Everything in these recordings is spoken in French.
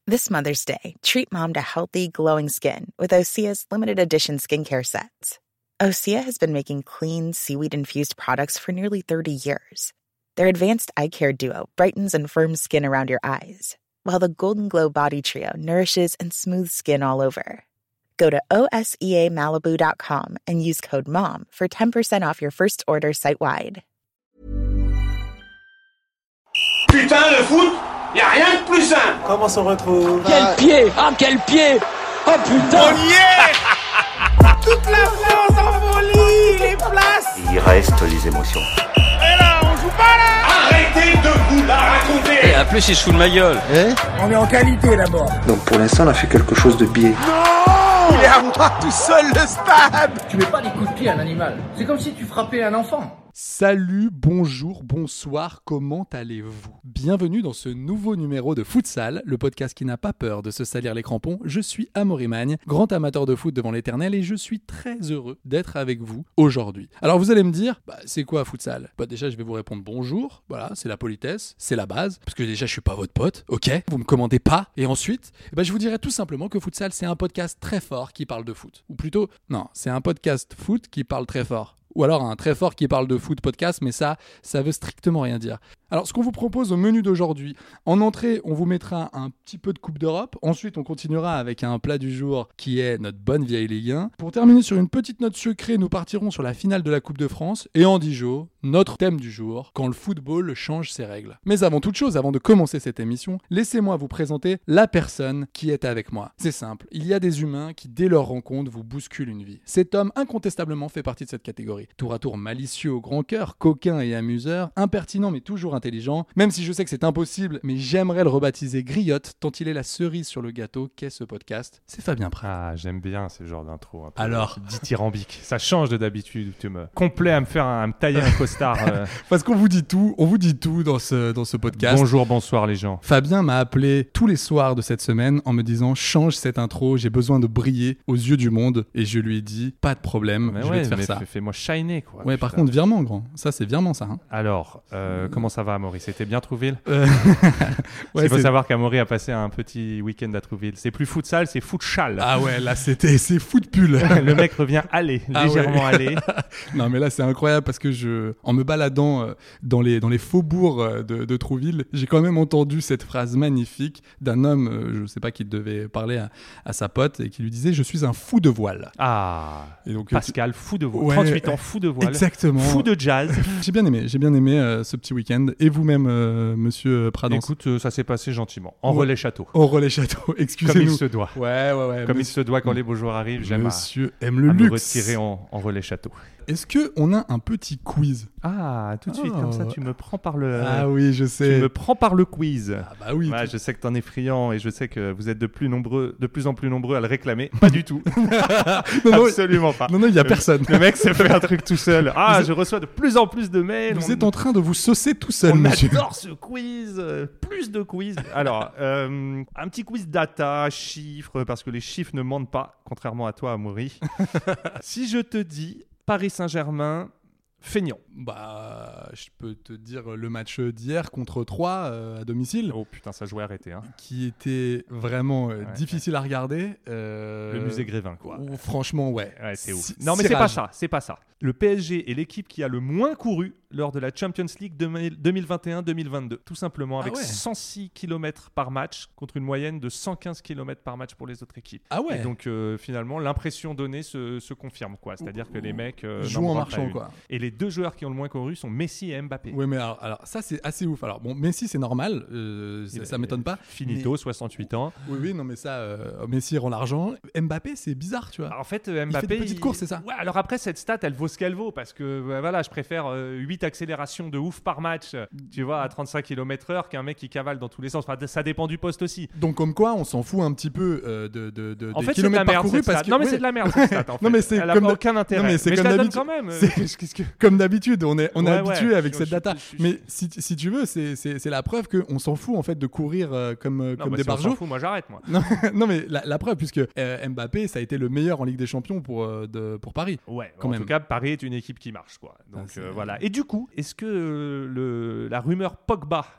This Mother's Day, treat mom to healthy, glowing skin with Osea's limited edition skincare sets. Osea has been making clean, seaweed-infused products for nearly 30 years. Their advanced eye care duo brightens and firms skin around your eyes, while the Golden Glow Body Trio nourishes and smooths skin all over. Go to OSEAMalibu.com and use code MOM for 10% off your first order site-wide. Putain, le foot, y a rien de plus simple. Comment on se retrouve? Quel pied! Ah, quel pied! Oh putain! On y est. Toute la France en folie, les places. Il reste les émotions. Et là, on joue pas là. Arrêtez de vous la raconter. Et en plus, il se fout de ma gueule. On est en qualité d'abord. Donc pour l'instant, on a fait quelque chose de biais. Non, il est à moi tout seul le stade. Tu mets pas des coups de pied à un animal. C'est comme si tu frappais un enfant. Salut, bonjour, bonsoir, comment allez-vous? Bienvenue dans ce nouveau numéro de Futsal, le podcast qui n'a pas peur de se salir les crampons. Je suis Amaury Magne, grand amateur de foot devant l'éternel et je suis très heureux d'être avec vous aujourd'hui. Alors vous allez me dire, c'est quoi Futsal? Déjà je vais vous répondre bonjour, voilà, c'est la politesse, c'est la base, parce que déjà je suis pas votre pote, ok? Vous me commandez pas, et ensuite, je vous dirai tout simplement que Futsal c'est un podcast très fort qui parle de foot. Ou plutôt, non, c'est un podcast foot qui parle très fort. Ou alors un très fort qui parle de foot podcast, mais ça veut strictement rien dire. Alors ce qu'on vous propose au menu d'aujourd'hui, en entrée, on vous mettra un petit peu de Coupe d'Europe. Ensuite, on continuera avec un plat du jour qui est notre bonne vieille Ligue 1. Pour terminer sur une petite note sucrée, nous partirons sur la finale de la Coupe de France. Et en 10 jours, notre thème du jour, quand le football change ses règles. Mais avant toute chose, avant de commencer cette émission, laissez-moi vous présenter la personne qui est avec moi. C'est simple, il y a des humains qui, dès leur rencontre, vous bousculent une vie. Cet homme, incontestablement, fait partie de cette catégorie. Tour à tour malicieux au grand cœur, coquin et amuseur, impertinent mais toujours intelligent, même si je sais que c'est impossible, mais j'aimerais le rebaptiser Griotte, tant il est la cerise sur le gâteau qu'est ce podcast. C'est Fabien Prat. Ah, j'aime bien ce genre d'intro. Un peu alors dithyrambique. Ça change de d'habitude. Tu me complais à me tailler un costard. Parce qu'on vous dit tout, dans ce podcast. Bonjour, bonsoir les gens. Fabien m'a appelé tous les soirs de cette semaine en me disant change cette intro, j'ai besoin de briller aux yeux du monde. Et je lui ai dit pas de problème, je vais te faire ça. Fais-moi shiner quoi. Ouais, par contre, virement, grand. Ça, c'est virement, ça. Hein. Alors, comment ça va, Amaury? C'était bien Trouville? Ouais, il faut savoir qu'Amaury a passé un petit week-end à Trouville. C'est plus futsal, c'est futchal. Ah ouais, là, c'est foot pull. Le mec revient légèrement allé. Non, mais là, c'est incroyable parce que en me baladant dans les faubourgs de Trouville, j'ai quand même entendu cette phrase magnifique d'un homme, je sais pas, qui devait parler à sa pote et qui lui disait « Je suis un fou de voile ». Ah, et donc, Pascal, fou de voile. Ouais, 38 ans, fou de voile. Exactement. Fou de jazz. J'ai bien aimé ce petit week-end. Et vous-même, monsieur Pradance? Écoute, ça s'est passé gentiment. En relais château. Au relais château, excusez-nous. Comme il se doit. Ouais. Comme il se doit quand les beaux jours arrivent, j'aime monsieur aime le à luxe. me retirer en relais château. Est-ce qu'on a un petit quiz? Ah, tout de suite, comme ça, tu me prends par le... Ah oui, je sais. Tu me prends par le quiz. Ah bah oui. Ouais, je sais que t'en es friand et je sais que vous êtes de plus en plus nombreux à le réclamer. Pas du tout. Non, absolument pas. Non, il n'y a personne. Le mec se fait un truc tout seul. Ah, je reçois de plus en plus de mails. Vous êtes en train de vous saucer tout seul, on monsieur. adore ce quiz. Plus de quiz. Alors, un petit quiz data, chiffres, parce que les chiffres ne mentent pas, contrairement à toi, Amaury. Si je te dis Paris Saint-Germain, Feignant. Je peux te dire le match d'hier contre Troyes à domicile. Oh putain, ça jouait arrêté. Hein. Qui était vraiment difficile à regarder. Le musée Grévin, quoi. Franchement, ouais. C'est ouf. Non, mais c'est pas ça. Le PSG est l'équipe qui a le moins couru lors de la Champions League 2021-2022. Tout simplement, avec 106 km par match contre une moyenne de 115 km par match pour les autres équipes. Ah ouais. Et donc, finalement, l'impression donnée se confirme, quoi. C'est-à-dire que les mecs jouent en marchant, quoi. Et les deux joueurs qui ont le moins couru sont Messi et Mbappé. Oui, mais alors ça, c'est assez ouf. Alors, bon, Messi, c'est normal. Ça m'étonne pas. Finito, 68 ans. Oui, non, mais ça, Messi rend l'argent. Mbappé, c'est bizarre, tu vois. Alors, en fait, il Mbappé... fait des petites courses, c'est ça? Ouais, alors après, cette stat, elle vaut ce qu'elle vaut parce que, voilà, je préfère 8 accélérations de ouf par match, tu vois, à 35 km/h qu'un mec qui cavale dans tous les sens. Enfin, ça dépend du poste aussi. Donc, comme quoi, on s'en fout un petit peu en des fait, kilomètres parcourus parce que... Non, mais c'est de la merde, cette stat, en fait. Non, mais c'est elle comme... n'a aucun intérêt. Non, mais c'est je comme la donne d'habitude. quand même. Comme d'habitude, on est habitué avec je cette data. Mais si tu veux, c'est la preuve qu'on s'en fout en fait de courir comme des barjots. On s'en fout, moi j'arrête, moi. Non, mais la preuve, puisque Mbappé, ça a été le meilleur en Ligue des Champions pour Paris. Ouais, quand même. En tout cas, Paris est une équipe qui marche, quoi. Donc voilà. Et du coup, est-ce que la rumeur Pogba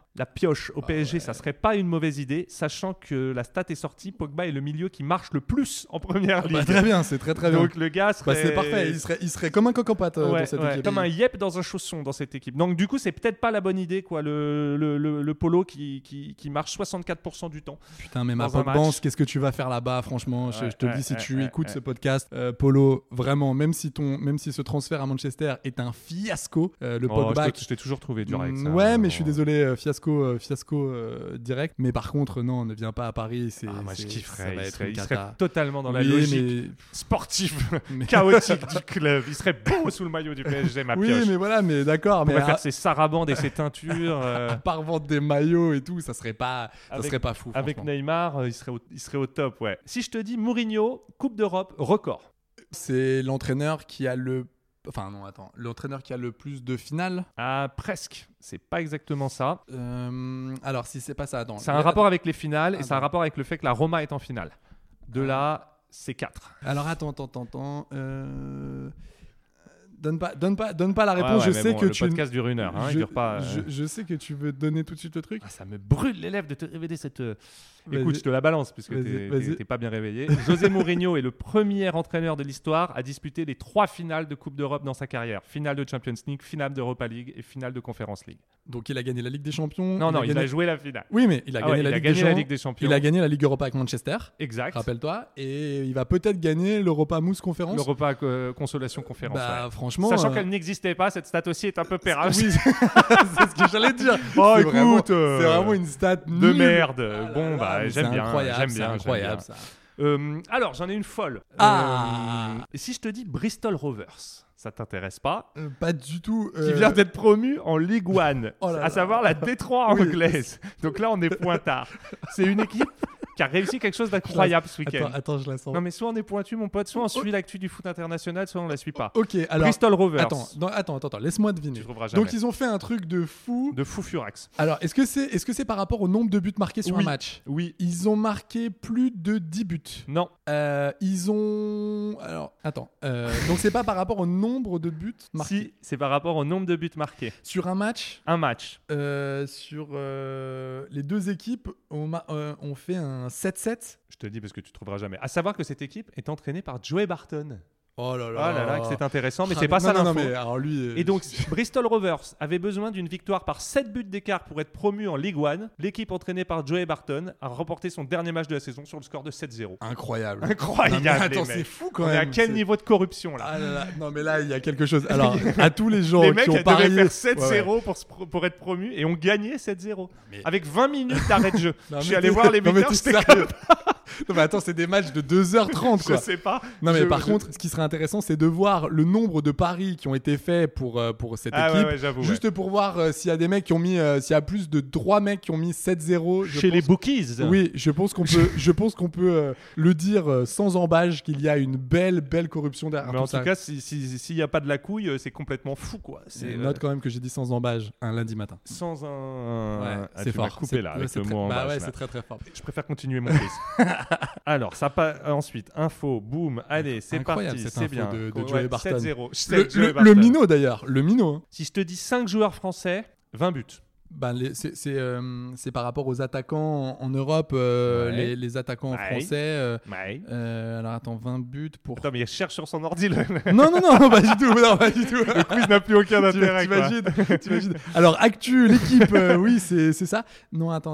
la pioche au PSG, ça serait pas une mauvaise idée, sachant que la stat est sortie, Pogba est le milieu qui marche le plus en première ligue. Très bien, c'est très bien. Donc le gars serait... c'est parfait, il serait comme un coq en pâte dans cette équipe. Comme un yep dans un chausson dans cette équipe. Donc du coup, c'est peut-être pas la bonne idée, quoi, le polo qui marche 64% du temps. Putain, mais ma Pogba, qu'est-ce que tu vas faire là-bas, franchement, je te le dis, si tu écoutes ce podcast, Polo, vraiment, même si ce transfert à Manchester est un fiasco, le Pogba... Je t'ai toujours trouvé dur avec ça. Ouais, mais je suis désolé, fiasco direct. Mais par contre, non, ne viens pas à Paris. Moi, je kifferais. Il serait serait totalement dans la logique sportive, chaotique du club. Il serait beau sous le maillot du PSG, ma pioche. Oui, mais voilà, mais d'accord. On va faire ses sarabandes et ses teintures. À part vendre des maillots et tout, ça serait pas fou. Avec Neymar, il serait au top, ouais. Si je te dis Mourinho, Coupe d'Europe, record. C'est l'entraîneur qui a l'entraîneur qui a le plus de finales. Ah, presque. C'est pas exactement ça. Alors, si c'est pas ça, attends. C'est un rapport avec les finales et c'est un rapport avec le fait que la Roma est en finale. De là, c'est 4. Alors, attends. Donne pas la réponse. Je sais que le podcast dure 1 heure. Il dure pas. Je sais que tu veux donner tout de suite le truc. Ça me brûle les lèvres de te révéler cette. Écoute, je te la balance puisque t'es pas bien réveillé. José Mourinho est le premier entraîneur de l'histoire à disputer les 3 finales de Coupe d'Europe dans sa carrière. Finale de Champions League, finale d'Europa League et finale de Conference League. Donc il a gagné la Ligue des Champions. Non, il a joué la finale. Oui, mais il a gagné la Ligue des Champions. Il a gagné la Ligue Europa avec Manchester. Exact. Rappelle-toi. Et il va peut-être gagner l'Europa Mousse Conférence. L'Europa Consolation Conférence. Franchement. Sachant qu'elle n'existait pas, cette stat aussi est un peu pérable. Oui, c'est ce que j'allais dire. Écoute, c'est vraiment une stat de merde. J'aime bien. C'est incroyable ça. Alors, j'en ai une folle. Et si je te dis Bristol Rovers, ça t'intéresse pas? Pas du tout. Qui vient d'être promu en Ligue 1, à savoir la Détroit anglaise. Donc là, on est pointard. C'est une équipe qui a réussi quelque chose d'incroyable ce week-end. Attends, je la sens. Non, mais soit on est pointu, mon pote, soit on suit l'actu du foot international, soit on la suit pas. Ok, alors. Bristol Rovers. Attends, laisse-moi deviner. Tu trouveras jamais. Donc ils ont fait un truc de fou. De fou furax. Alors, est-ce que c'est par rapport au nombre de buts marqués sur un match? Oui. Ils ont marqué plus de 10 buts. Non. Ils ont. Alors, attends. Donc c'est pas par rapport au nombre de buts marqués. Si, c'est par rapport au nombre de buts marqués. Sur un match. Un match. Sur les deux équipes, on fait un 7-7. Je te le dis parce que tu trouveras jamais. À savoir que cette équipe est entraînée par Joey Barton. Oh là là, que c'est intéressant, mais c'est pas ça l'info. Non, mais alors lui, Et donc, Bristol Rovers avait besoin d'une victoire par 7 buts d'écart pour être promu en Ligue 1. L'équipe entraînée par Joey Barton a remporté son dernier match de la saison sur le score de 7-0. Incroyable. Non, mais attends, c'est fou quand même. On est à quel niveau de corruption là? Non, mais là, il y a quelque chose. Alors, à tous les gens les mecs qui ont parié... devaient faire 7-0 pour être promus et ont gagné 7-0. Avec 20 minutes d'arrêt de jeu. Je suis allé voir les buteurs, c'était comme... Non mais attends, c'est des matchs de 2h30 quoi. Je sais pas. Non mais par contre, ce qui serait intéressant, c'est de voir le nombre de paris qui ont été faits pour cette équipe. Juste pour voir s'il y a des mecs qui ont mis, s'il y a plus de 3 mecs qui ont mis 7-0 chez les bookies. Oui, je pense qu'on peut le dire sans embâche qu'il y a une belle corruption derrière. Mais en tout cas, s'il y a pas de la couille, c'est complètement fou quoi. Note quand même que j'ai dit sans embâche un lundi matin. Sans un. C'est fort. Coupé là avec le mot embâche. Bah ouais, c'est très très fort. Je préfère continuer mon quiz. Alors, ensuite, info, boum, allez, c'est parti, c'est bien. De Joey Barton. 7-0. Le minot d'ailleurs, le minot. Hein. Si je te dis 5 joueurs français, 20 buts. C'est par rapport aux attaquants en Europe, les attaquants français. Alors attends, 20 buts pour. Attends, mais il cherche sur son ordi. Non, pas du tout. Le quiz n'a plus aucun intérêt. T'imagines. Alors, actu, l'équipe, oui, c'est ça. Non, attends.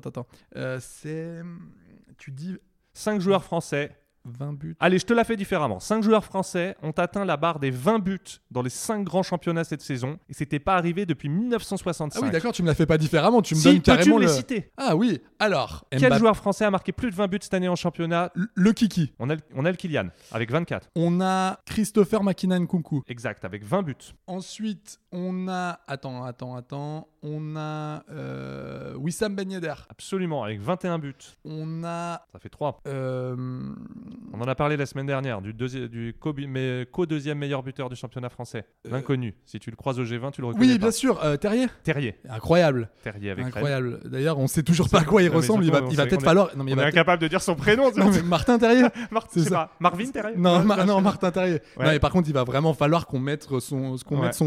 Tu dis 5 joueurs français. 20 buts. Allez, je te la fais différemment. 5 joueurs français ont atteint la barre des 20 buts dans les 5 grands championnats cette saison. Et c'était pas arrivé depuis 1965. Ah oui, d'accord, tu me la fais pas différemment. Tu me donnes carrément peux-tu me les citer? Ah oui, alors. Quel joueur français a marqué plus de 20 buts cette année en championnat? Le Kiki. On a le Kylian, avec 24. On a Christopher Makina-Nkunku. Exact, avec 20 buts. Ensuite, on a... Attends. On a Wissam Ben Yedder. Absolument, avec 21 buts. On a... Ça fait 3. On en a parlé la semaine dernière, du co-deuxième meilleur buteur du championnat français. L'inconnu. Si tu le croises au G20, tu le reconnais. Oui, bien sûr. Terrier. Incroyable. Terrier avec incroyable. D'ailleurs, on sait toujours pas à quoi il ressemble. Il va peut-être falloir... Non, mais on est incapable de dire son prénom. Non, mais Martin Terrier. C'est ça. Marvin Terrier. Non, Martin Terrier. Ouais. Non, mais par contre, il va vraiment falloir qu'on mette son nom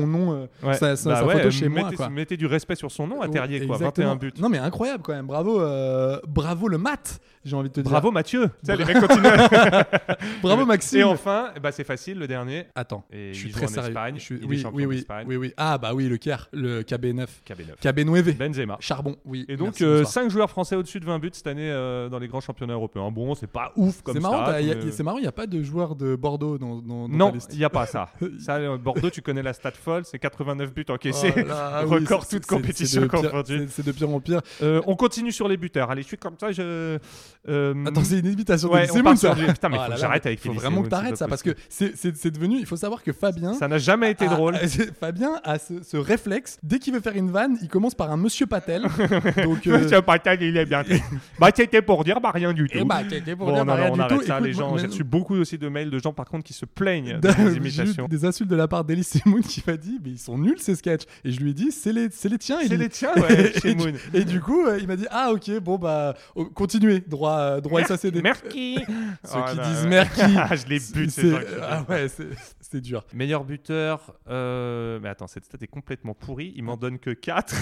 sa photo chez moi. Quoi. Mettez du respect sur son nom à Terrier, quoi. 21 buts. Non mais incroyable quand même. Bravo le Mat. J'ai envie de te dire. Bravo Mathieu. Tu sais, les mecs continuent. Bravo Maxime. Et enfin, c'est facile, le dernier. Attends, et je suis très sérieux. Oui. Ah bah oui, le Caire, le KB9. KB9. Benzema. Charbon, oui. Et donc 5 joueurs français au-dessus de 20 buts cette année dans les grands championnats européens. Bon, c'est pas ouf comme ça. C'est marrant, il n'y a pas de joueurs de Bordeaux dans non, ta liste. il n'y a pas ça. Bordeaux, tu connais la stat folle, c'est 89 buts encaissés. Record toute compétition confondue. C'est de pire en pire. On continue sur les buteurs. Allez, je suis comme ça. Attends, c'est une invitation de Simon, ça. Putain, mais faut que j'arrête avec Faut vraiment que t'arrêtes ça parce que c'est devenu. Il faut savoir que Fabien. Ça n'a jamais été drôle. Fabien a ce réflexe. Dès qu'il veut faire une vanne, il commence par un Monsieur Patel. Donc Monsieur Patel, il est bien. C'était pour dire rien du tout. C'était pour dire rien on du arrête tout. ça, les gens. J'ai reçu beaucoup aussi de mails de gens par contre qui se plaignent des imitations. Des insultes de la part d'Elie Semoun qui m'a dit mais ils sont nuls ces sketchs. Et je lui ai dit c'est les tiens. C'est les tiens, ouais. Semoun. Et du coup il m'a dit ah ok bon bah continuez droit SACD. Merci. Ceux qui disent merci. Je les bute. Ah ouais c'est dur. Meilleur buteur. Mais attends, cette stat est complètement pourrie. Il m'en donne que 4.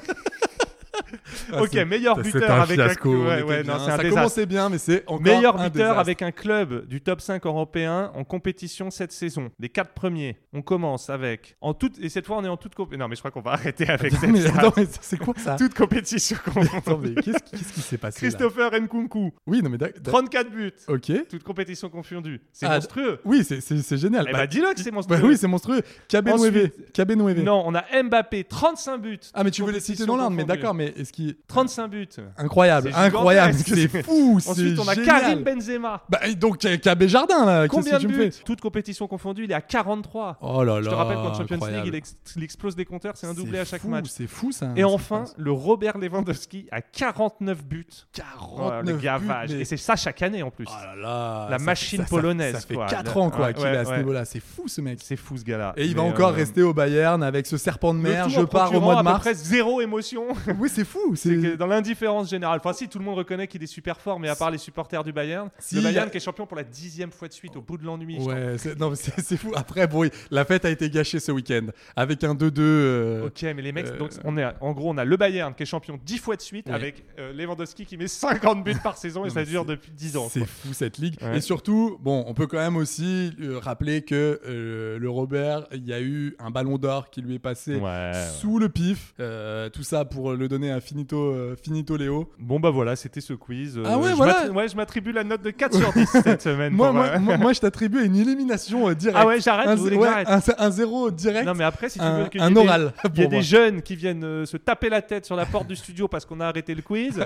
Ok, meilleur buteur avec fiasco, un club. Non, c'est un ça désastre. commençait bien, mais c'est encore meilleur un buteur désastre. avec un club du top 5 européen en compétition cette saison. Les 4 premiers. On commence avec et cette fois on est en toute compétition. Non, mais je crois qu'on va arrêter avec cette stat. Attends, mais c'est quoi ça? Toute compétition. Attends, mais qu'est-ce qui s'est passé Christopher Nkunku. Oui, non mais 34 buts. Ok. Toute compétition confondue. C'est monstrueux. Oui, c'est génial. Dis-le que c'est monstrueux. Oui, c'est monstrueux. KB9. Non, on a Mbappé, 35 buts. Ah, mais tu veux les citer dans l'ordre, mais d'accord, mais est-ce qu'il 35 buts. Incroyable, c'est fou, c'est Ensuite, on a génial. Karim Benzema. Donc KB Jardin là, combien qu'est-ce que de tu me buts? fais? Toute compétition confondue, il est à 43. Oh là là. Je te rappelle qu'en Champions incroyable. League, il explose des compteurs, c'est un doublé à chaque match. C'est fou ça. Et enfin, le Robert Lewandowski à 49 buts. 49 le gavage. buts. Et c'est ça chaque année en plus. Oh là là. La machine polonaise. Ça fait quoi. 4 ans quoi qu'il est à ce niveau-là. C'est fou ce mec. C'est fou ce gars-là. Et il va encore rester au Bayern avec ce serpent de mer. Je pars au mois de mars. À peu près zéro émotion. Oui, c'est fou. C'est dans l'indifférence générale. Enfin, si tout le monde reconnaît qu'il est super fort, mais à part les supporters du Bayern, le Bayern qui est champion pour la 10e fois de suite au bout de l'ennui. Ouais, c'est fou. Après, bon, la fête a été gâchée ce week-end avec un 2-2. Ok, mais les mecs, donc on a le Bayern qui est champion 10 fois de suite avec Lewandowski qui met 50 buts par saison et ça dure depuis 10 ans. C'est fou cette ligue. Ouais. Et surtout, bon, on peut quand même aussi rappeler que le Robert, il y a eu un ballon d'or qui lui est passé sous le pif. Tout ça pour le donner à Finito Léo. Bon bah voilà, c'était ce quiz. Je m'attribue la note de 4 sur 10 cette semaine. moi, je t'attribue à une élimination directe. Ah ouais, j'arrête, vous voulez que j'arrête un 0 direct. Non mais après, si tu veux qu'il y ait un oral. Il y a des jeunes qui viennent se taper la tête sur la porte du studio parce qu'on a arrêté le quiz.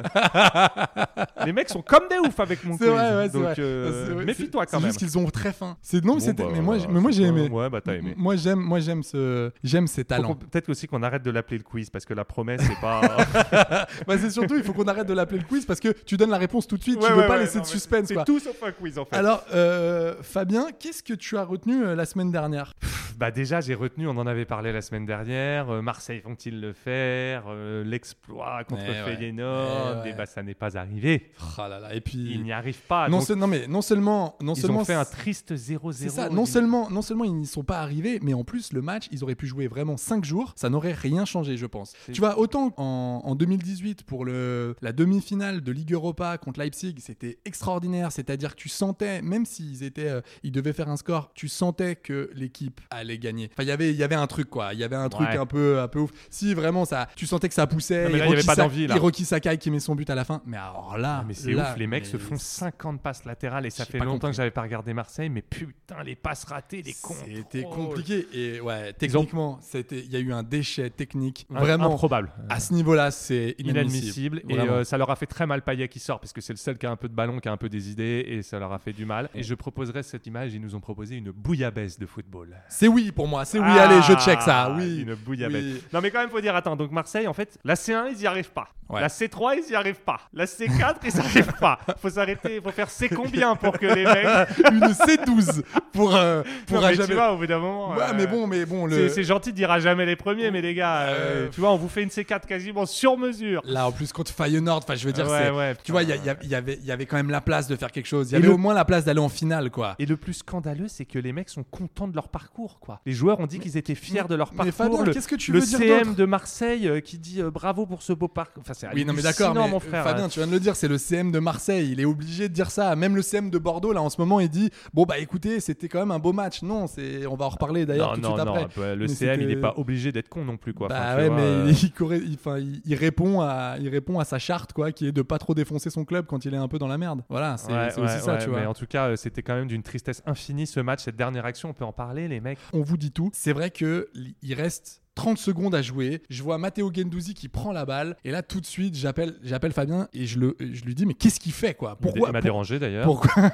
Les mecs sont comme des oufs avec mon quiz. Donc méfie-toi quand même. C'est juste qu'ils ont très faim. Mais moi j'ai aimé. Ouais, bah t'as aimé. Moi j'aime ces talents. Peut-être aussi qu'on arrête de l'appeler le quiz parce que la promesse c'est pas. C'est surtout il faut qu'on arrête de l'appeler le quiz parce que tu donnes la réponse tout de suite. Tu veux pas laisser de suspense. C'est tout sauf un quiz en fait. Alors Fabien, qu'est-ce que tu as retenu la semaine dernière? Bah déjà j'ai retenu, on en avait parlé la semaine dernière. Marseille vont-ils le faire? L'exploit contre Feyenoord. Et bah ça n'est pas arrivé. Oh là là. Et puis ils n'y arrivent pas. Non seulement ils ont fait un triste 0-0. C'est ça. Non seulement ils n'y sont pas arrivés, mais en plus le match ils auraient pu jouer vraiment 5 jours. Ça n'aurait rien changé, je pense. Tu vois, autant en 2018 pour la demi-finale de Ligue Europa contre Leipzig, c'était extraordinaire. C'est-à-dire que tu sentais, même s'ils ils devaient faire un score, tu sentais que l'équipe allait gagner. Enfin, il y avait un truc quoi. Il y avait un truc un peu ouf. Si vraiment ça, tu sentais que ça poussait. Non, mais là, il n'y avait pas d'envie là. Hiroki Sakai qui met son but à la fin. Mais alors là, c'est ouf. Les mecs se font 50 passes latérales et ça fait longtemps que j'avais pas regardé Marseille. Mais putain, les passes ratées, les cons. C'était compliqué et techniquement, il y a eu un déchet technique vraiment improbable. À ce niveau-là, c'est inadmissible. Et ça leur a fait très mal Payet qui sort parce que c'est le seul qui a un peu de ballon, qui a un peu des idées et ça leur a fait du mal. Et je proposerai cette image. Ils nous ont proposé une bouillabaisse de football. C'est oui pour moi. C'est oui. Allez, je check ça. Oui. Une bouillabaisse. Oui. Non mais quand même faut dire attends. Donc Marseille en fait, la C1 ils y arrivent pas. La C3 ils y arrivent pas. La C4 ils y arrivent pas. Faut s'arrêter. Faut faire C combien pour que les mecs. Une C12 pour non, mais jamais. Tu vois au bout d'un moment. Mais bon. C'est gentil de dire à jamais les premiers, mais les gars, tu vois, on vous fait une C4 quasiment sur mesure. Là, en plus contre Feyenoord, enfin, je veux dire, tu vois, il y avait quand même la place de faire quelque chose. Il y avait au moins la place d'aller en finale, quoi. Et le plus scandaleux, c'est que les mecs sont contents de leur parcours. quoi. Les joueurs ont dit qu'ils étaient fiers de leur parcours. Fabien, qu'est-ce que tu veux dire dire Le CM d'autre de Marseille qui dit bravo pour ce beau parcours. Enfin, c'est oui, non mais d'accord, mais mon frère. Fabien, tu viens de le dire, c'est le CM de Marseille. Il est obligé de dire ça. Même le CM de Bordeaux, là, en ce moment, il dit bon bah écoutez, c'était quand même un beau match. Non, on va en reparler d'ailleurs tout de suite après. Non, le CM, il n'est pas obligé d'être con non plus, quoi. Bah ouais, mais il répond à sa charte, quoi, qui est de pas trop défoncer son club quand il est un peu dans la merde. Voilà, c'est aussi ça, tu vois. Mais en tout cas, c'était quand même d'une tristesse infinie ce match, cette dernière action. On peut en parler, les mecs. On vous dit tout. C'est vrai que il reste 30 secondes à jouer. Je vois Matteo Guendouzi qui prend la balle et là tout de suite j'appelle Fabien et je lui dis mais qu'est-ce qu'il fait quoi? Pourquoi? Il m'a dérangé d'ailleurs. Pourquoi?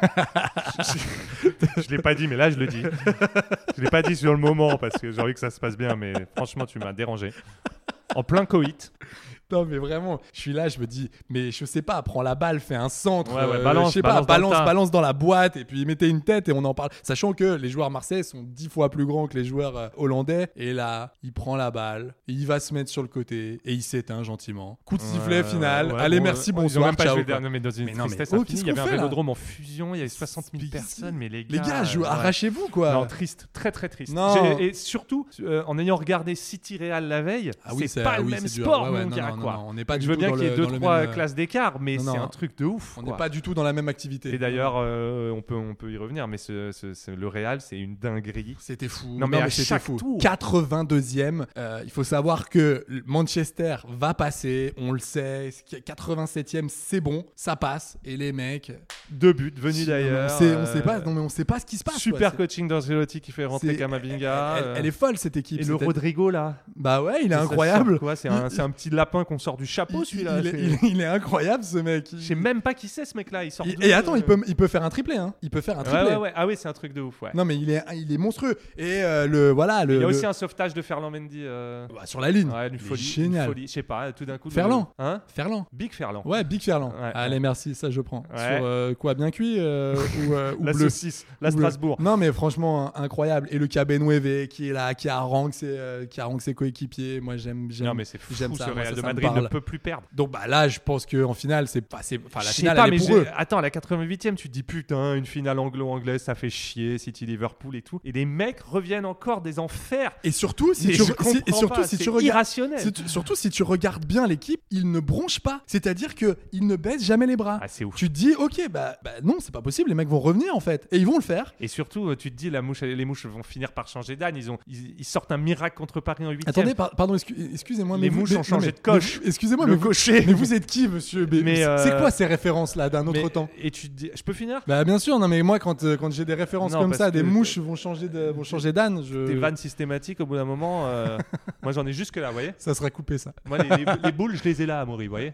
Je l'ai pas dit mais là je le dis. Je l'ai pas dit sur le moment parce que j'ai envie que ça se passe bien, mais franchement tu m'as dérangé. En plein coït. Non mais vraiment, je suis là, je me dis mais je sais pas, prends la balle, fais un centre, balance, je sais pas, balance dans la boîte et puis mettez une tête et on en parle. Sachant que les joueurs marseillais sont 10 fois plus grands que les joueurs hollandais et là, il prend la balle, il va se mettre sur le côté et il s'éteint gentiment. Coup de sifflet final. Allez, merci, bonsoir, ciao. Mais dans une tristesse infinie, il y avait un vélodrome en fusion, il y avait 60 000 personnes, mais les gars, arrachez-vous quoi. Non, triste, très très triste. Non. Et surtout, en ayant regardé City Real la veille, c'est pas le même sport, mon gars. On n'est pas je veux bien qu'il y ait 2-3 classes d'écart, mais c'est un truc de ouf. On n'est pas du tout dans la même activité. Et d'ailleurs, on peut y revenir, mais le Real, c'est une dinguerie. C'était fou. Non, mais à c'était chaque fou. tour. 82e. Il faut savoir que Manchester va passer, on le sait. 87e, c'est bon, ça passe. Et les mecs. 2 buts venus d'ailleurs. On sait pas ce qui se passe. Super coaching d'Ancelotti qui fait rentrer Camavinga. Elle est folle cette équipe. Et le Rodrigo là. Bah ouais, il est incroyable. C'est un petit lapin qu'on sort du chapeau celui-là. Il est incroyable ce mec. Je sais même pas qui c'est ce mec là. Il sort et attends, il peut faire un triplé. Hein. Il peut faire un triplé. Ouais. Ah oui, c'est un truc de ouf. Ouais. Non mais il est monstrueux. Et il y a aussi un sauvetage de Ferland Mendy. Sur la ligne. Ouais, une folie. Génial. Je sais pas, tout d'un coup. Ferland. Ferland. Big Ferland. Ouais, Big Ferland. Ouais, allez, merci, ça je prends. Ouais. Sur quoi, bien cuit ou la bleu. Saucisse, la Strasbourg. Non mais franchement incroyable. Et le Cabernet qui est là, qui harangue ses coéquipiers. Moi j'aime. Non mais c'est fou. J'aime ce ça. Real de Madrid ne peut plus perdre. Donc bah là je pense que en finale la finale pas, elle est pour eux. Attends, à la 88e tu te dis putain, une finale anglo-anglaise ça fait chier, City Liverpool et tout, et les mecs reviennent encore des enfers. Et surtout si tu regardes irrationnel. Surtout si tu regardes bien l'équipe, ils ne bronchent pas, c'est-à-dire que ils ne baissent jamais les bras. C'est ouf. Tu te dis OK, bah non, c'est pas possible, les mecs vont revenir en fait et ils vont le faire. Et surtout tu te dis les mouches vont finir par changer d'âne, ils sortent un miracle contre Paris en 8e. Attendez, pardon, excusez-moi, les mouches ont changé de coche. Excusez-moi, mais vous êtes qui, monsieur? C'est quoi ces références là d'un autre temps? Et tu te dis, je peux finir? Bah bien sûr, non mais moi quand j'ai des références comme ça, des mouches vont changer d'âne. Des vannes systématiques au bout d'un moment. Moi j'en ai jusque là, vous voyez? Ça sera coupé ça. Moi les boules, je les ai là, Amaury, vous voyez?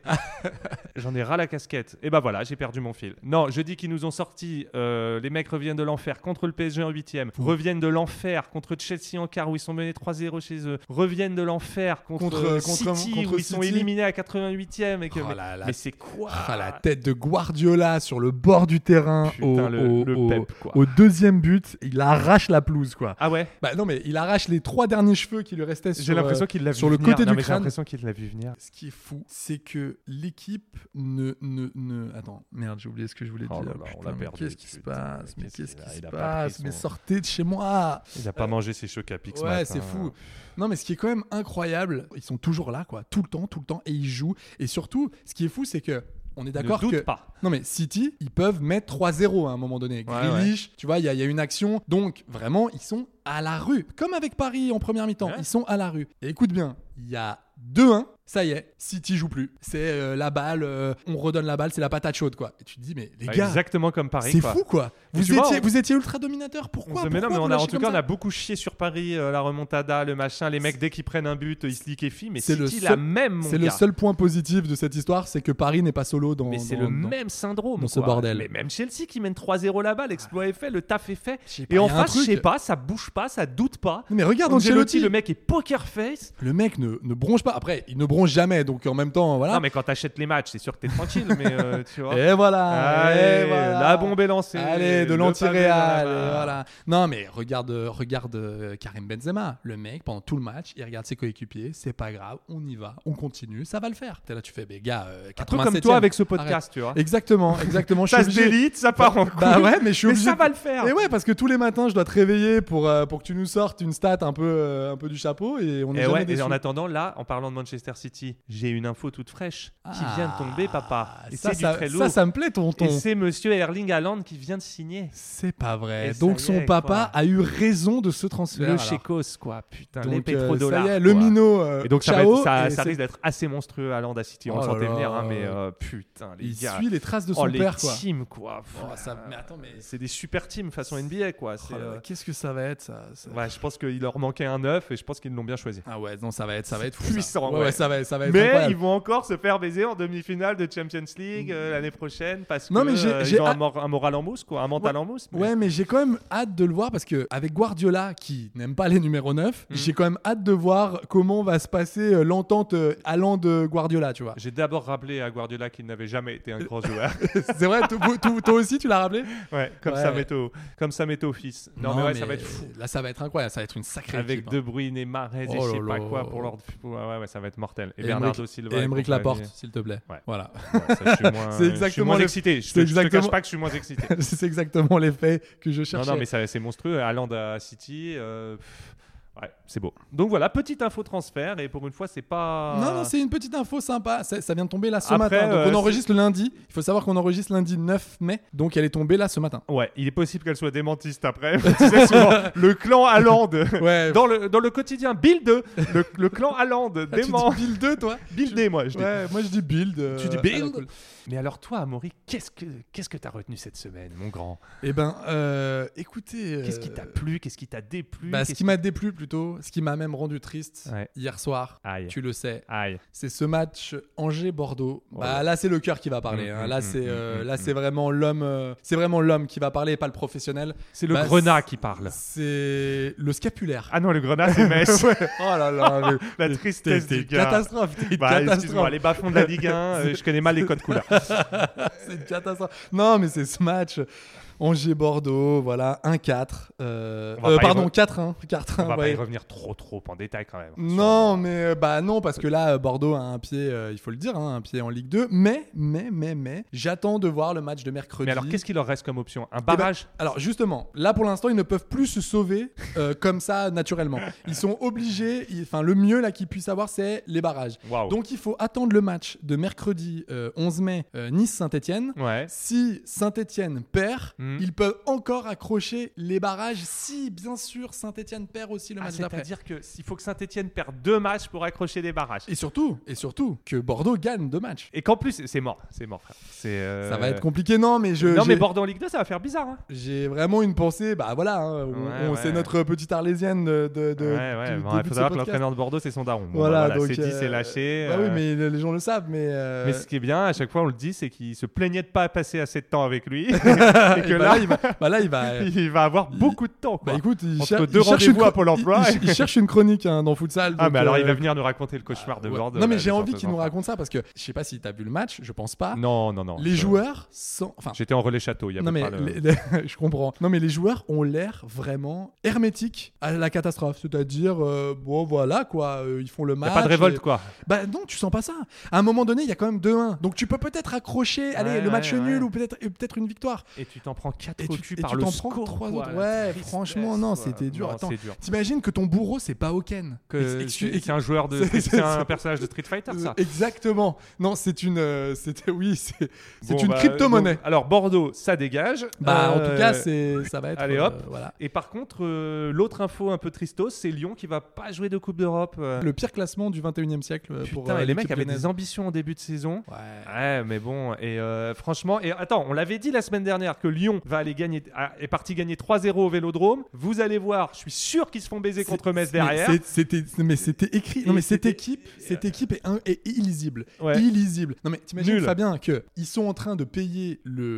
J'en ai ras la casquette. Et bah voilà, j'ai perdu mon fil. Non, je dis qu'ils nous ont sorti. Les mecs reviennent de l'enfer contre le PSG en 8e. Reviennent de l'enfer contre Chelsea en quart où ils sont menés 3-0 chez eux. Reviennent de l'enfer contre City où ils sont éliminés à 88e. Mais c'est quoi? La tête de Guardiola sur le bord du terrain. Putain, le pep, quoi. Au deuxième but, il arrache la pelouse, quoi. Ah ouais? Bah non, mais il arrache les 3 derniers cheveux qui lui restaient sur le côté du crâne. J'ai l'impression qu'il l'a vu venir. Ce qui est fou, c'est que l'équipe Attends, merde, j'ai oublié ce que je voulais dire. On l'a perdu. Qu'est-ce qui se passe? Mais qu'est-ce qui se passe? Mais sortez de chez moi! Il n'a pas mangé ses chocs à pic ce matin. Ouais, c'est fou. Non, mais ce qui est quand même incroyable, ils sont toujours là, quoi, tout le temps, et ils jouent. Et surtout, ce qui est fou, c'est que on est d'accord que pas. Non mais City, ils peuvent mettre 3-0 à un moment donné. Grealish, tu vois, il y a une action. Donc vraiment, ils sont à la rue. Comme avec Paris en première mi-temps, ils sont à la rue. Et écoute bien, il y a 2-1. Ça y est, City joue plus. C'est la balle, on redonne la balle, c'est la patate chaude, quoi. Et tu te dis, mais les gars, exactement comme Paris, c'est fou, quoi. Vous étiez ultra dominateur. Pourquoi? Mais non, mais on a beaucoup chié sur Paris, la remontada, le machin. Les mecs, dès qu'ils prennent un but, ils se liquéfient. Mais c'est le seul point positif de cette histoire, c'est que Paris n'est pas solo dans. Mais c'est le même syndrome dans ce bordel. Mais même Chelsea qui mène 3-0 là-bas, l'exploit est fait, le taf est fait. Et en face, je sais pas, ça bouge pas, ça doute pas. Mais regarde Ancelotti, le mec est poker face. Le mec ne bronche pas. Après, il ne bronche jamais, donc en même temps, voilà. Non, mais quand t'achètes les matchs, c'est sûr que t'es tranquille, mais tu vois. Et voilà. La bombe est lancée. Allez, pavé de l'anti-Real. dans la main. Voilà. Non, mais regarde Karim Benzema. Le mec, pendant tout le match, il regarde ses coéquipiers. C'est pas grave, on y va, on continue, ça va le faire. T'es là, tu fais, gars, 87e. Un peu comme toi avec ce podcast, arrête. tu vois. Exactement. Ça se délite, ça part en couille. Bah ouais, mais je suis obligé. ça va le faire. Et ouais, parce que tous les matins, je dois te réveiller pour que tu nous sortes une stat un peu du chapeau et on est jamais déçus. Et en attendant, là, en parlant de Manchester City, j'ai une info toute fraîche qui vient de tomber, papa. Et c'est du très lourd. Ça me plaît, tonton. Et c'est monsieur Erling Haaland qui vient de signer. C'est pas vrai. Et donc son papa quoi. a eu raison de ce transfert. Le Chécos, quoi. Putain, donc, les pétrodollars. Ça y est, le minot. Et donc ciao, ça risque d'être assez monstrueux Haaland à City. On le sentait venir, hein, mais putain, les gars. Il suit les traces de son père, quoi. Les teams, quoi. Mais attends, mais c'est des super teams façon NBA, quoi. Qu'est-ce que ça va être, ça Ouais, je pense qu'il leur manquait un 9 et je pense qu'ils l'ont bien choisi. Ah ouais, non, ça va être fou, puissant. Ça. Ouais, ça va être mais incroyable. ils vont encore se faire baiser en demi-finale de Champions League l'année prochaine parce que j'ai ils ont un moral en mousse, quoi, un mental en mousse. Ouais, mais j'ai quand même hâte de le voir parce que avec Guardiola qui n'aime pas les numéros 9, j'ai quand même hâte de voir comment va se passer l'entente Haaland-Guardiola, tu vois. J'ai d'abord rappelé à Guardiola qu'il n'avait jamais été un grand joueur. C'est vrai, toi aussi tu l'as rappelé. Ouais, comme ça m'était au fils. Non, mais ça va être fou. Là, ça va être incroyable, ça va être une sacrée avec équipe. De Bruyne et Mahrez et je sais pas quoi pour leur. Ouais, ça va être mortel. Et Bernardo Silva. Et Aymeric Laporte, s'il te plaît. Ouais. Voilà. Ouais, ça, je suis moins excité. Je te cache pas que je suis moins excité. C'est exactement l'effet que je cherchais. Non, mais c'est monstrueux. Haaland à City. Ouais, c'est beau. Donc voilà, petite info transfert et pour une fois, c'est pas. Non, c'est une petite info sympa. Ça vient de tomber là ce Après, matin. Donc on enregistre le lundi. Il faut savoir qu'on enregistre lundi 9 mai. Donc elle est tombée là ce matin. Ouais, il est possible qu'elle soit démentiste après. Tu sais, souvent, le clan Haaland. Ouais. Dans le quotidien Build, le clan Haaland dément. Tu dis Build 2, toi? Buildé, moi je dis. Ouais, moi je dis Build. Tu dis Build. Cool. Mais alors toi, Amaury, qu'est-ce que t'as retenu cette semaine, mon grand? Eh ben, écoutez... Qu'est-ce qui t'a plu? Qu'est-ce qui t'a déplu? Ce qui m'a déplu plutôt, ce qui m'a même rendu triste hier soir, tu le sais, c'est ce match Angers-Bordeaux. Là, c'est le cœur qui va parler. Là, c'est vraiment l'homme qui va parler et pas le professionnel. C'est le grenat qui parle. C'est le scapulaire. Ah non, le grenat, c'est Metz. Oh là là. La tristesse du gars. Catastrophe. Excuse-moi, les bas-fonds de la Ligue 1, je connais mal les codes couleurs. C'est une catastrophe. Non, mais c'est ce match Angers-Bordeaux, voilà, 1-4. Pardon, 4-1. On va pas y revenir trop en détail quand même. Non, mais non, parce que là, Bordeaux a un pied, il faut le dire, un pied en Ligue 2. Mais, j'attends de voir le match de mercredi. Mais alors, qu'est-ce qu'il leur reste comme option? Un barrage? Alors, justement, là, pour l'instant, ils ne peuvent plus se sauver comme ça, naturellement. Ils sont obligés, le mieux là qu'ils puissent avoir, c'est les barrages. Wow. Donc, il faut attendre le match de mercredi 11 mai, Nice-Saint-Etienne. Ouais. Si Saint-Etienne perd, ils peuvent encore accrocher les barrages si, bien sûr, Saint-Etienne perd aussi le match d'après. C'est-à-dire qu'il faut que Saint-Etienne perde 2 matchs pour accrocher des barrages. Et surtout que Bordeaux gagne 2 matchs. Et qu'en plus, c'est mort, frère. Ça va être compliqué, non, mais mais Bordeaux en Ligue 2, ça va faire bizarre. Hein. J'ai vraiment une pensée, c'est notre petite arlésienne de il faut savoir que l'entraîneur de Bordeaux, c'est son daron. Donc c'est dit, c'est lâché. Oui, mais les gens le savent. Mais ce qui est bien, à chaque fois, on le dit, c'est qu'il se plaignait de pas passer assez de temps avec lui. Et que là, il va avoir beaucoup de temps. Quoi. Écoute, entre 2 rendez-vous à Pôle emploi. Il cherche une chronique dans Futsal. Mais alors il va venir nous raconter le cauchemar de Bordeaux. Non, mais j'ai envie qu'il nous raconte ça parce que je sais pas si tu as vu le match, je pense pas. Non. Les joueurs sont. J'étais en relais château. Je comprends. Non, mais les joueurs ont l'air vraiment hermétiques à la catastrophe. C'est-à-dire, voilà quoi, ils font le match. Il n'y a pas de révolte quoi. Non, tu sens pas ça. À un moment donné, il y a quand même 2-1. Donc tu peux peut-être accrocher le match nul ou peut-être une victoire. Et tu t'en prends 4 au cul par par le score. 3 autres. Ouais, franchement, non, c'était dur. Attends, t'imagines que ton bourreau, c'est pas Oken. C'est un joueur c'est un personnage de Street Fighter, ça. Exactement. Non, c'est une crypto-monnaie. Alors Bordeaux, ça dégage. En tout cas, ça va être. Allez hop. Voilà. Et par contre, l'autre info un peu tristos, c'est Lyon qui va pas jouer de Coupe d'Europe. Le pire classement du 21e siècle. Putain, et les mecs avaient des ambitions en début de saison. Ouais, mais bon. Et franchement, attends, on l'avait dit la semaine dernière que Lyon est parti gagner 3-0 au Vélodrome. Vous allez voir, je suis sûr qu'ils se font baiser contre Metz derrière. C'était écrit. Non, mais cette équipe est illisible. Illisible. Non, mais t'imagines, Fabien, qu'ils sont en train de payer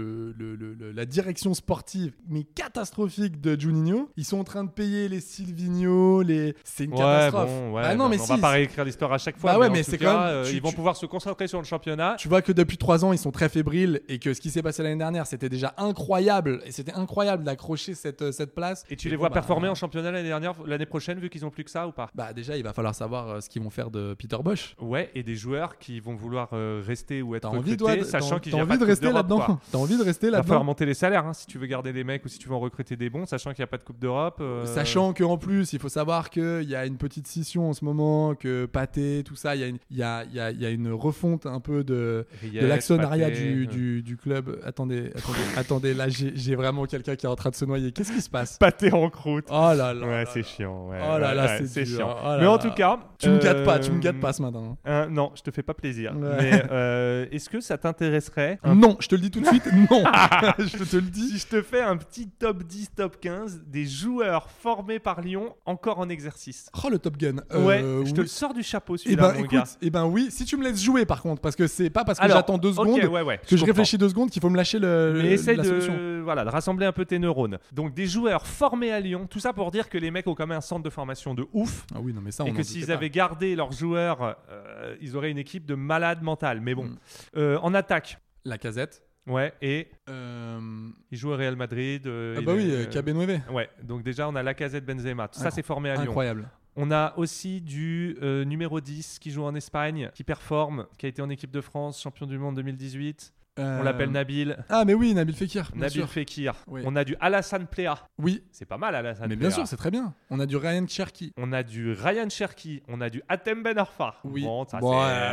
la direction sportive, mais catastrophique de Juninho. Ils sont en train de payer les Silvino, c'est une catastrophe. On va pas réécrire l'histoire à chaque fois. Mais c'est quand même. Ils vont pouvoir se concentrer sur le championnat. Tu vois que depuis 3 ans, ils sont très fébriles et que ce qui s'est passé l'année dernière, c'était déjà incroyable incroyable. Et c'était incroyable d'accrocher cette place. Et tu les vois performer en championnat l'année prochaine, vu qu'ils n'ont plus que ça ou pas? Bah déjà, il va falloir savoir ce qu'ils vont faire de Peter Bosz. Ouais, et des joueurs qui vont vouloir rester ou être recrutés, recrutés, sachant qu'il y a pas de Coupe d'Europe. T'as envie de rester là-dedans? Il va falloir monter les salaires si tu veux garder des mecs ou si tu veux en recruter des bons, sachant qu'il n'y a pas de Coupe d'Europe. Sachant qu'en plus, il faut savoir qu'il y a une petite scission en ce moment, que Pathé, tout ça, il y a une refonte un peu de l'actionnariat du club. Attendez, là j'ai vraiment quelqu'un qui est en train de se noyer. Qu'est-ce qui se passe? Pâté en croûte. Oh là là. Ouais, c'est chiant. Ouais, oh là là, c'est dur. chiant. Oh là mais en là. tout cas, tu me gâtes pas ce matin. Non, je te fais pas plaisir. Ouais. Mais est-ce que ça t'intéresserait Non, je te le dis tout de suite. Non, je te le dis. Si je te fais un petit top 10, top 15 des joueurs formés par Lyon encore en exercice. Oh, le Top Gun. Je te le sors du chapeau celui-là, mon gars. Oui, si tu me laisses jouer par contre, parce que c'est pas parce que j'attends 2 secondes que je réfléchis 2 secondes qu'il faut me lâcher Mais essaye la solution. de rassembler un peu tes neurones. Donc des joueurs formés à Lyon, tout ça pour dire que les mecs ont quand même un centre de formation de ouf. Ah oui, non mais ça on et que s'ils avaient gardé leurs joueurs, ils auraient une équipe de malades mentales. Mais bon, en attaque. Lacazette. Ouais, et il joue au Real Madrid. Cabé-Nueve. Ouais, donc déjà on a Lacazette, Benzema. Tout ça c'est formé à Lyon. Incroyable. On a aussi du numéro 10 qui joue en Espagne, qui performe, qui a été en équipe de France, champion du monde 2018. On l'appelle Nabil. Ah mais oui, Nabil Fekir. Nabil Fekir. Oui. On a du Alassane Plea. Oui. C'est pas mal Alassane Plea. Mais bien sûr, c'est très bien. On a du Ryan Cherki. On a du Ryan Cherki. On a du Hatem Ben Arfa. Oui. Bon, ça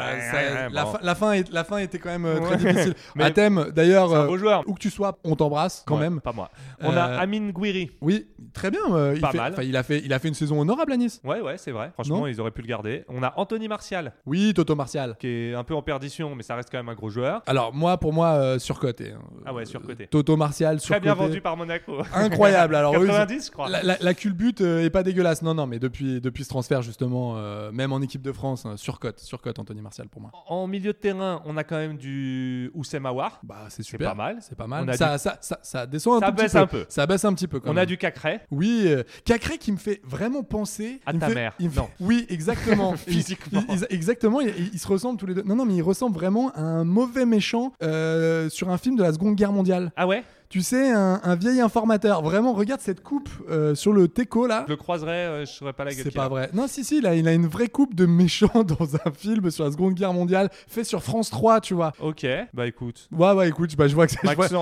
la fin était quand même très difficile. Hatem, d'ailleurs, c'est un beau joueur. où que tu sois, on t'embrasse quand même. Pas moi. On a Amine Gouiri. Oui, très bien. Il a fait une saison honorable à Nice. Ouais, c'est vrai. Franchement, ils auraient pu le garder. On a Anthony Martial. Oui, Toto Martial. Qui est un peu en perdition, mais ça reste quand même un gros joueur. Alors, pour moi, surcoté. Ah ouais, surcoté. Toto Martial, surcoté. Très bien vendu par Monaco. Incroyable. Alors, 90, je crois. La culbute est pas dégueulasse. Non, mais depuis ce transfert, justement, même en équipe de France, surcote Anthony Martial pour moi. En milieu de terrain, on a quand même du Oussem Aouar. Bah, c'est super. C'est pas mal. Ça descend un petit peu. Ça baisse un petit peu quand même. On a du Cacré. Oui, Cacré qui me fait vraiment penser à ta mère. Non. Oui, exactement. Physiquement. Exactement. Ils se ressemblent tous les deux. Non, mais ils ressemblent vraiment à un mauvais méchant sur un film de la Seconde Guerre mondiale. Ah ouais? Tu sais, un vieil informateur. Vraiment, regarde cette coupe sur le teco là. Je le croiserais, je saurais pas la gueule. C'est pas vrai. Non, si, il a une vraie coupe de méchant dans un film sur la Seconde Guerre mondiale, fait sur France 3, tu vois. Ok, bah écoute. Ouais, écoute, je vois que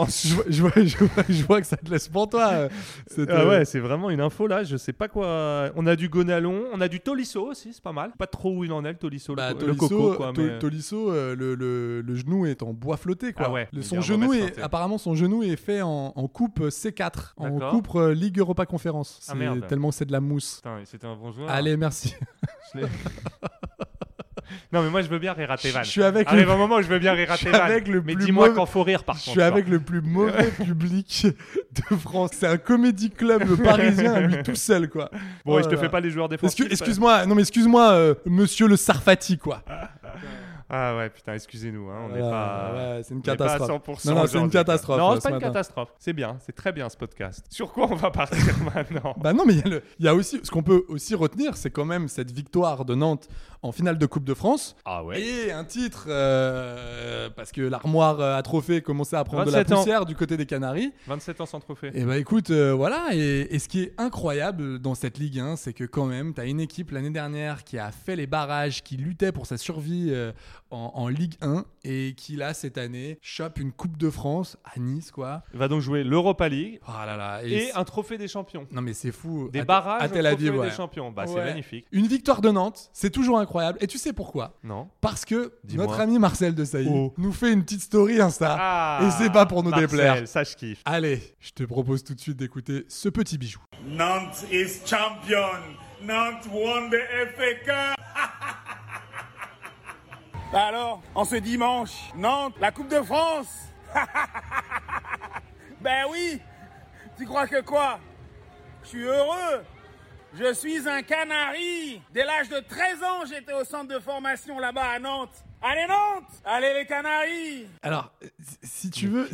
je vois que ça te laisse pour toi. Ouais, c'est vraiment une info là, je sais pas quoi. On a du Gonalon, on a du Tolisso aussi, c'est pas mal. Pas trop où il en est, le Tolisso. Le coco, quoi. Tolisso, le genou est en bois flotté, quoi. Ah ouais, apparemment, son genou est fait en coupe C4, en coupe Ligue Europa Conférence. Tellement c'est de la mousse. Putain, c'était un bon joueur. Allez, merci. Non, mais moi je veux bien rire à tes vannes. Arrive un moment où je veux bien rire à tes vannes. Mais dis-moi quand faut rire par contre. Je suis avec le plus mauvais public de France. C'est un comédie club parisien à lui tout seul, quoi. Bon, et je te fais pas les joueurs défensifs. Excuse-moi, monsieur le Sarfati, quoi. Ah ouais, putain, excusez-nous, on n'est pas. Ouais, c'est une catastrophe. Pas à 100%. Non, c'est une catastrophe. Non, c'est pas une catastrophe. C'est bien, c'est très bien ce podcast. Sur quoi on va partir maintenant? Bah non, mais il y a aussi ce qu'on peut aussi retenir, c'est quand même cette victoire de Nantes en finale de Coupe de France. Ah ouais. Et un titre parce que l'armoire à trophées commençait à prendre de la poussière du côté des Canaries. 27 ans sans trophée. Et bah écoute, voilà. Et ce qui est incroyable dans cette Ligue 1, c'est que quand même, t'as une équipe l'année dernière qui a fait les barrages, qui luttait pour sa survie en Ligue 1 et qui là cette année chope une Coupe de France à Nice, quoi. Il va donc jouer l'Europa League et un trophée des champions. Non mais c'est fou. Des barrages à Tel Aviv, des champions. Bah c'est magnifique. Une victoire de Nantes, c'est toujours incroyable. Et tu sais pourquoi? Non. Parce que notre ami Marcel Desailly nous fait une petite story Insta et c'est pas pour nous déplaire. Ça je kiffe. Allez, je te propose tout de suite d'écouter ce petit bijou. Nantes is champion. Nantes won the FA Cup. Bah alors, en ce dimanche, Nantes, la Coupe de France. Ben oui. Tu crois que quoi? Je suis heureux. Je suis un Canari. Dès l'âge de 13 ans, j'étais au centre de formation là-bas à Nantes. Allez Nantes! Allez les Canaries! Alors, si tu veux,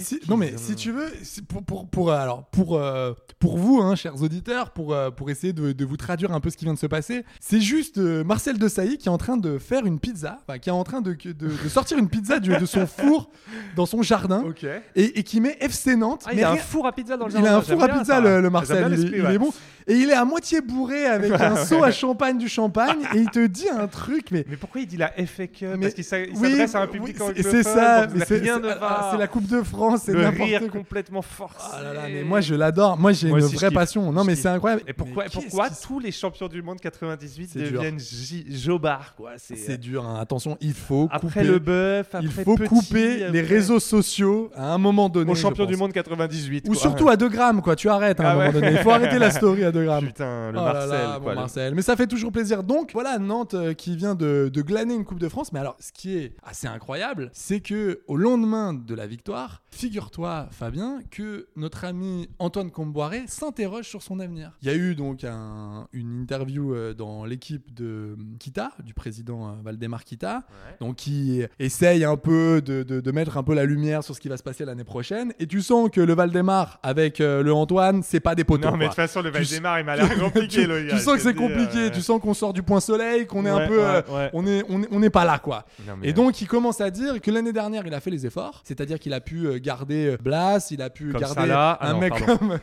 pour vous, hein, chers auditeurs, pour essayer de vous traduire un peu ce qui vient de se passer, c'est juste Marcel Desailly qui est en train de faire une pizza, qui est en train de sortir une pizza de son four dans son jardin, et qui met FC Nantes. Il a un four à pizza dans le jardin. Il a un four à pizza, le Marcel. Il est bon. Et il est à moitié bourré avec un seau à champagne du champagne, et il te dit un truc, mais pourquoi il dit la FA Cup? Parce qu'il s'adresse à un public anglophone. C'est ça, mais rien ne va. C'est la Coupe de France, c'est le n'importe rire quoi. complètement forcé. Oh là là, mais moi je l'adore. Moi j'ai une vraie passion. Non mais c'est incroyable. Et pourquoi tous les champions du monde 98 deviennent jobards, quoi? C'est dur. Hein. Attention, il faut après couper, le bœuf, il faut couper les réseaux sociaux à un moment donné. Aux champions du monde 98. Ou surtout à 2 grammes, quoi. Tu arrêtes à un moment donné. Il faut arrêter la story à 2 grammes. Putain, le Marcel. Bon Marcel. Mais ça fait toujours plaisir. Donc voilà, Nantes qui vient de glaner une Coupe de France. Mais alors, ce qui est assez incroyable, c'est que au lendemain de la victoire, figure-toi, Fabien, que notre ami Antoine Comboiré s'interroge sur son avenir. Il y a eu donc une interview dans l'équipe de Kita, du président Valdemar Kita, donc qui essaye un peu de mettre un peu la lumière sur ce qui va se passer l'année prochaine. Et tu sens que le Valdemar avec le Antoine, c'est pas des poteaux. Non, mais de toute façon, le Valdemar, il m'a l'air compliqué. Tu sens que c'est compliqué. Tu sens qu'on sort du point soleil, qu'on est un peu, on n'est pas là, quoi. Non, et donc il commence à dire que l'année dernière, il a fait les efforts, c'est-à-dire qu'il a pu garder Blas, il a pu comme garder Salah. un mec comme.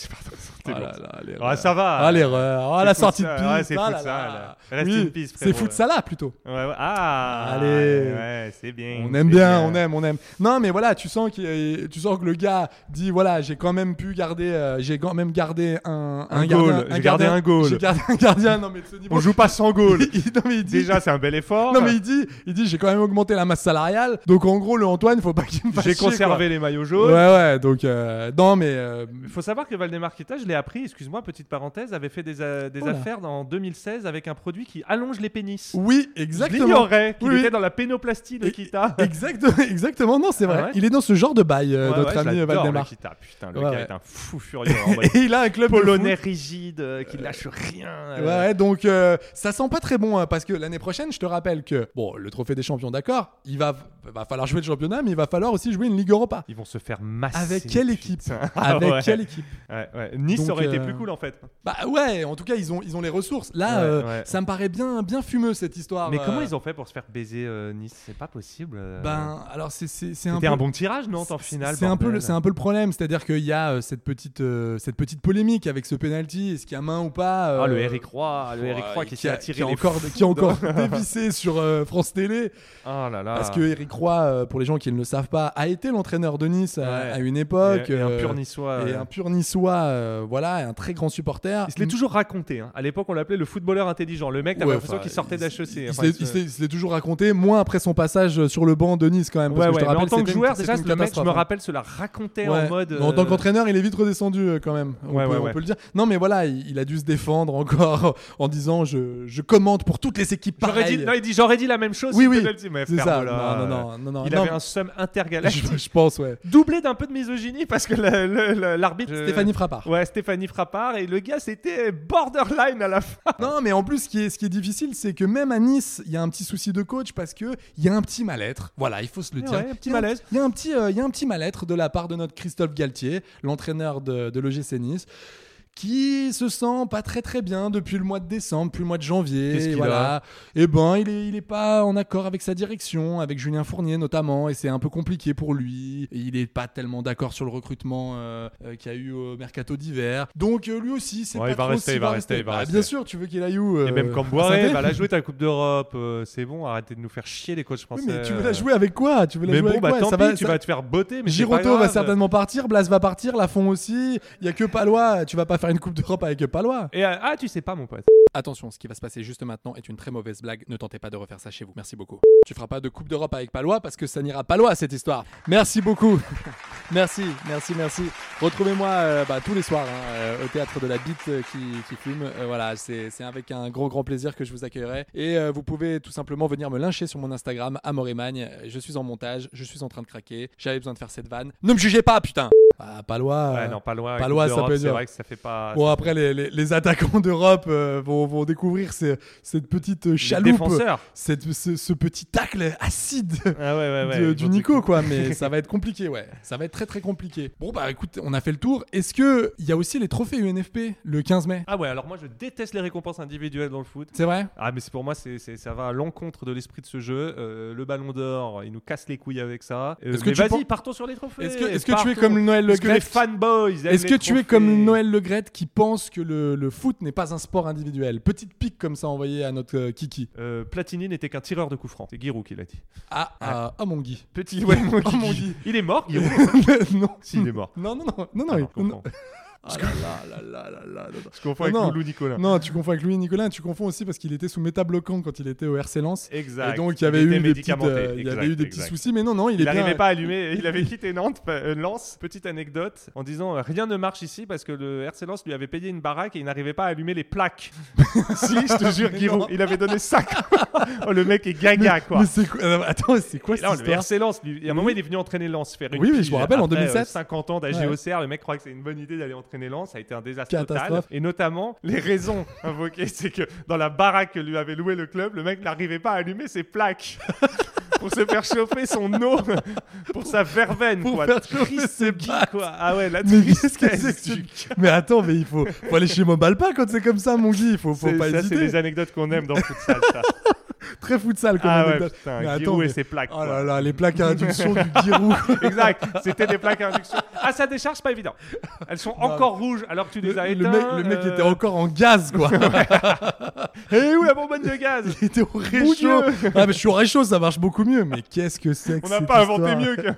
Ça va. L'erreur. La sortie de piste. C'est foot ça. Reste une piste. C'est foot Salah plutôt. Allez. C'est bien. On aime bien, on aime. Non, mais voilà, tu sens que le gars dit voilà, j'ai quand même pu garder, j'ai quand même gardé un goal. J'ai gardé un goal. J'ai gardé un gardien. Non mais de ce niveau. On joue pas sans goal. Il dit, déjà, c'est un bel effort. Non mais il dit j'ai quand même augmenté la masse salariale. Donc en gros, le Antoine, faut pas qu'il me fasse chier. J'ai conservé les maillots jaunes. Ouais. Donc non mais. Il faut savoir que Valdemar Kita, je l'ai appris. Excuse-moi, petite parenthèse, avait fait des affaires en 2016 avec un produit qui allonge les pénis. Oui, exactement. Je l'ignorais qu'il était dans la pénoplastie de Kita. Exactement. Non, c'est vrai. Il est dans ce genre de bail, notre ami Valdemar. Kita. Putain, le gars est un fou furieux. Et il a un club polonais rigide qui lâche rien. Ouais, donc ça sent pas très bon parce que l'année prochaine, je te rappelle que le trophée des champions, d'accord, il va falloir jouer le championnat, mais il va falloir aussi jouer une Ligue Europa. Ils vont se faire masser. Avec quelle équipe? Quelle équipe? Nice donc, aurait été plus cool en fait. Bah ouais, en tout cas ils ont les ressources. Là, ça me paraît bien fumeux cette histoire. Mais comment ils ont fait pour se faire baiser Nice? C'est pas possible. Alors c'est un bon tirage, non, en finale. C'est un peu le problème, c'est-à-dire qu'il y a cette petite polémique avec ce penalty, est-ce qu'il y a main ou pas. Le Eric Roy qui s'est attiré qui a encore dévissé sur France Télé. Oh là là. Parce que Eric Roy, pour les gens qui ne le savent pas, a été l'entraîneur de Nice à une époque. Et un pur niçois. Et un pur niçois, voilà, un très grand supporter. Il se l'est toujours raconté. Hein. À l'époque, on l'appelait le footballeur intelligent. Le mec, t'avais l'impression qu'il sortait d'HEC. Il se l'est toujours raconté, moins après son passage sur le banc de Nice quand même. Parce que je te rappelle, mais en tant que joueur, déjà, le mec, je me rappelle, se la racontait en mode. En tant qu'entraîneur, il est vite redescendu quand même. On peut le dire. Non, mais voilà, il a dû se défendre encore en disant je commente pour toutes les équipes pareilles. Il dit j'aurais dit la même chose. Oui, mais c'est ça. Non. Il avait un seum intergalactique. Je pense, ouais. Doublé d'un peu de misogynie parce que l'arbitre. Stéphanie Frappard. Ouais, Stéphanie Frappard. Et le gars, c'était borderline à la fin. Non, mais en plus, ce qui est difficile, c'est que même à Nice, il y a un petit souci de coach parce qu'il y a un petit mal-être. Voilà, il faut se le dire. Un petit malaise. Il y a un petit mal-être de la part de notre Christophe Galtier, l'entraîneur de l'OGC Nice, qui se sent pas très très bien depuis le mois de décembre, puis le mois de janvier. Qu'est-ce qu'il a ? Et il est pas en accord avec sa direction, avec Julien Fournier notamment, et c'est un peu compliqué pour lui. Et il est pas tellement d'accord sur le recrutement qu'il y a eu au mercato d'hiver. Donc lui aussi, c'est pas il va trop. Il va rester. Bien sûr, tu veux qu'il aille où Et même Camboiré, va la jouer ta Coupe d'Europe. C'est bon, arrêtez de nous faire chier les coachs français. Oui, mais tu veux la jouer avec quoi ? Tu vas te faire botter. Mais Giroto va certainement partir, Blas va partir, Lafont aussi. Il y a que Palois. Tu vas pas faire une Coupe d'Europe avec Palois. Et tu sais pas, mon pote. Attention, ce qui va se passer juste maintenant est une très mauvaise blague. Ne tentez pas de refaire ça chez vous. Merci beaucoup. Tu feras pas de Coupe d'Europe avec Palois parce que ça n'ira pas loin cette histoire. Merci beaucoup. Merci. Retrouvez-moi tous les soirs au théâtre de la Bite qui fume. Voilà, c'est avec un grand plaisir que je vous accueillerai. Et vous pouvez tout simplement venir me lyncher sur mon Instagram, Amoremagne. Je suis en montage, je suis en train de craquer. J'avais besoin de faire cette vanne. Ne me jugez pas, putain. Palois. Ouais, non, Palois, ça peut être c'est vrai que ça fait pas. pas. Bon, après, les attaquants d'Europe vont découvrir cette petite chaloupe, ce petit tacle acide du Nico, quoi. Mais ça va être compliqué, ouais. Ça va être très très compliqué. Bon, bah écoute, on a fait le tour. Est-ce qu'il y a aussi les trophées UNFP le 15 mai? Ah ouais, alors moi je déteste les récompenses individuelles dans le foot. C'est vrai? Ah, mais pour moi, ça va à l'encontre de l'esprit de ce jeu. Le Ballon d'Or, il nous casse les couilles avec ça. Mais vas-y, partons sur les trophées. Est-ce que tu es comme Noël Le Graët? Les fanboys. Est-ce que tu es comme Noël Le Graët qui pense que le foot n'est pas un sport individuel? Petite pique comme ça envoyée à notre Kiki. Platini n'était qu'un tireur de coups francs. C'est Giroud qui l'a dit. Mon Guy. Mon Guy. Il est mort, Giroud? Non. Si, il est mort. Non. Je confonds avec Loulou Nicolin. Non, tu confonds avec Louis Nicolin. Tu confonds aussi parce qu'il était sous métabloquant quand il était au RC Lens. Exact. Et donc il y avait eu des petits soucis. Mais non, il n'arrivait pas à allumer. Il avait quitté Lens. Petite anecdote en disant rien ne marche ici parce que le RC Lens lui avait payé une baraque et il n'arrivait pas à allumer les plaques. Si, je te jure, Giroud, il avait donné ça. Oh, le mec est gaga, quoi. Mais c'est quoi? Attends, c'est quoi cette histoire? Le RC Lens, il y a un moment, il est venu entraîner Lens, faire une Oui, je me rappelle en 2007. 50 ans d'AGOCR, le mec croit que c'est une bonne idée d'aller entraîner Lens, ça a été un désastre total. Et notamment, les raisons invoquées, c'est que dans la baraque que lui avait loué le club, le mec n'arrivait pas à allumer ses plaques. Pour se faire chauffer son eau pour sa verveine, pour quoi. Faire chauffer ses battes, quoi. Ah ouais, la tristesse. Mais attends, mais il faut aller chez Mobalpa quand c'est comme ça, mon Guy. Il faut pas hésiter. Ça, c'est des anecdotes qu'on aime dans le futsal, ça. Très futsal comme anecdote. Ouais, putain, Giroud et ses plaques. Oh là là, les plaques à induction du Giroud. Exact, c'était des plaques à induction. Ah, ça décharge, pas évident. Elles sont encore rouges alors que tu les as éteintes. Le mec était encore en gaz, quoi. Et où la bonbonne de gaz? Il était au réchaud. Ah, mais je suis au réchaud, ça marche beaucoup mieux. Mais qu'est-ce que c'est que on n'a pas inventé mieux que.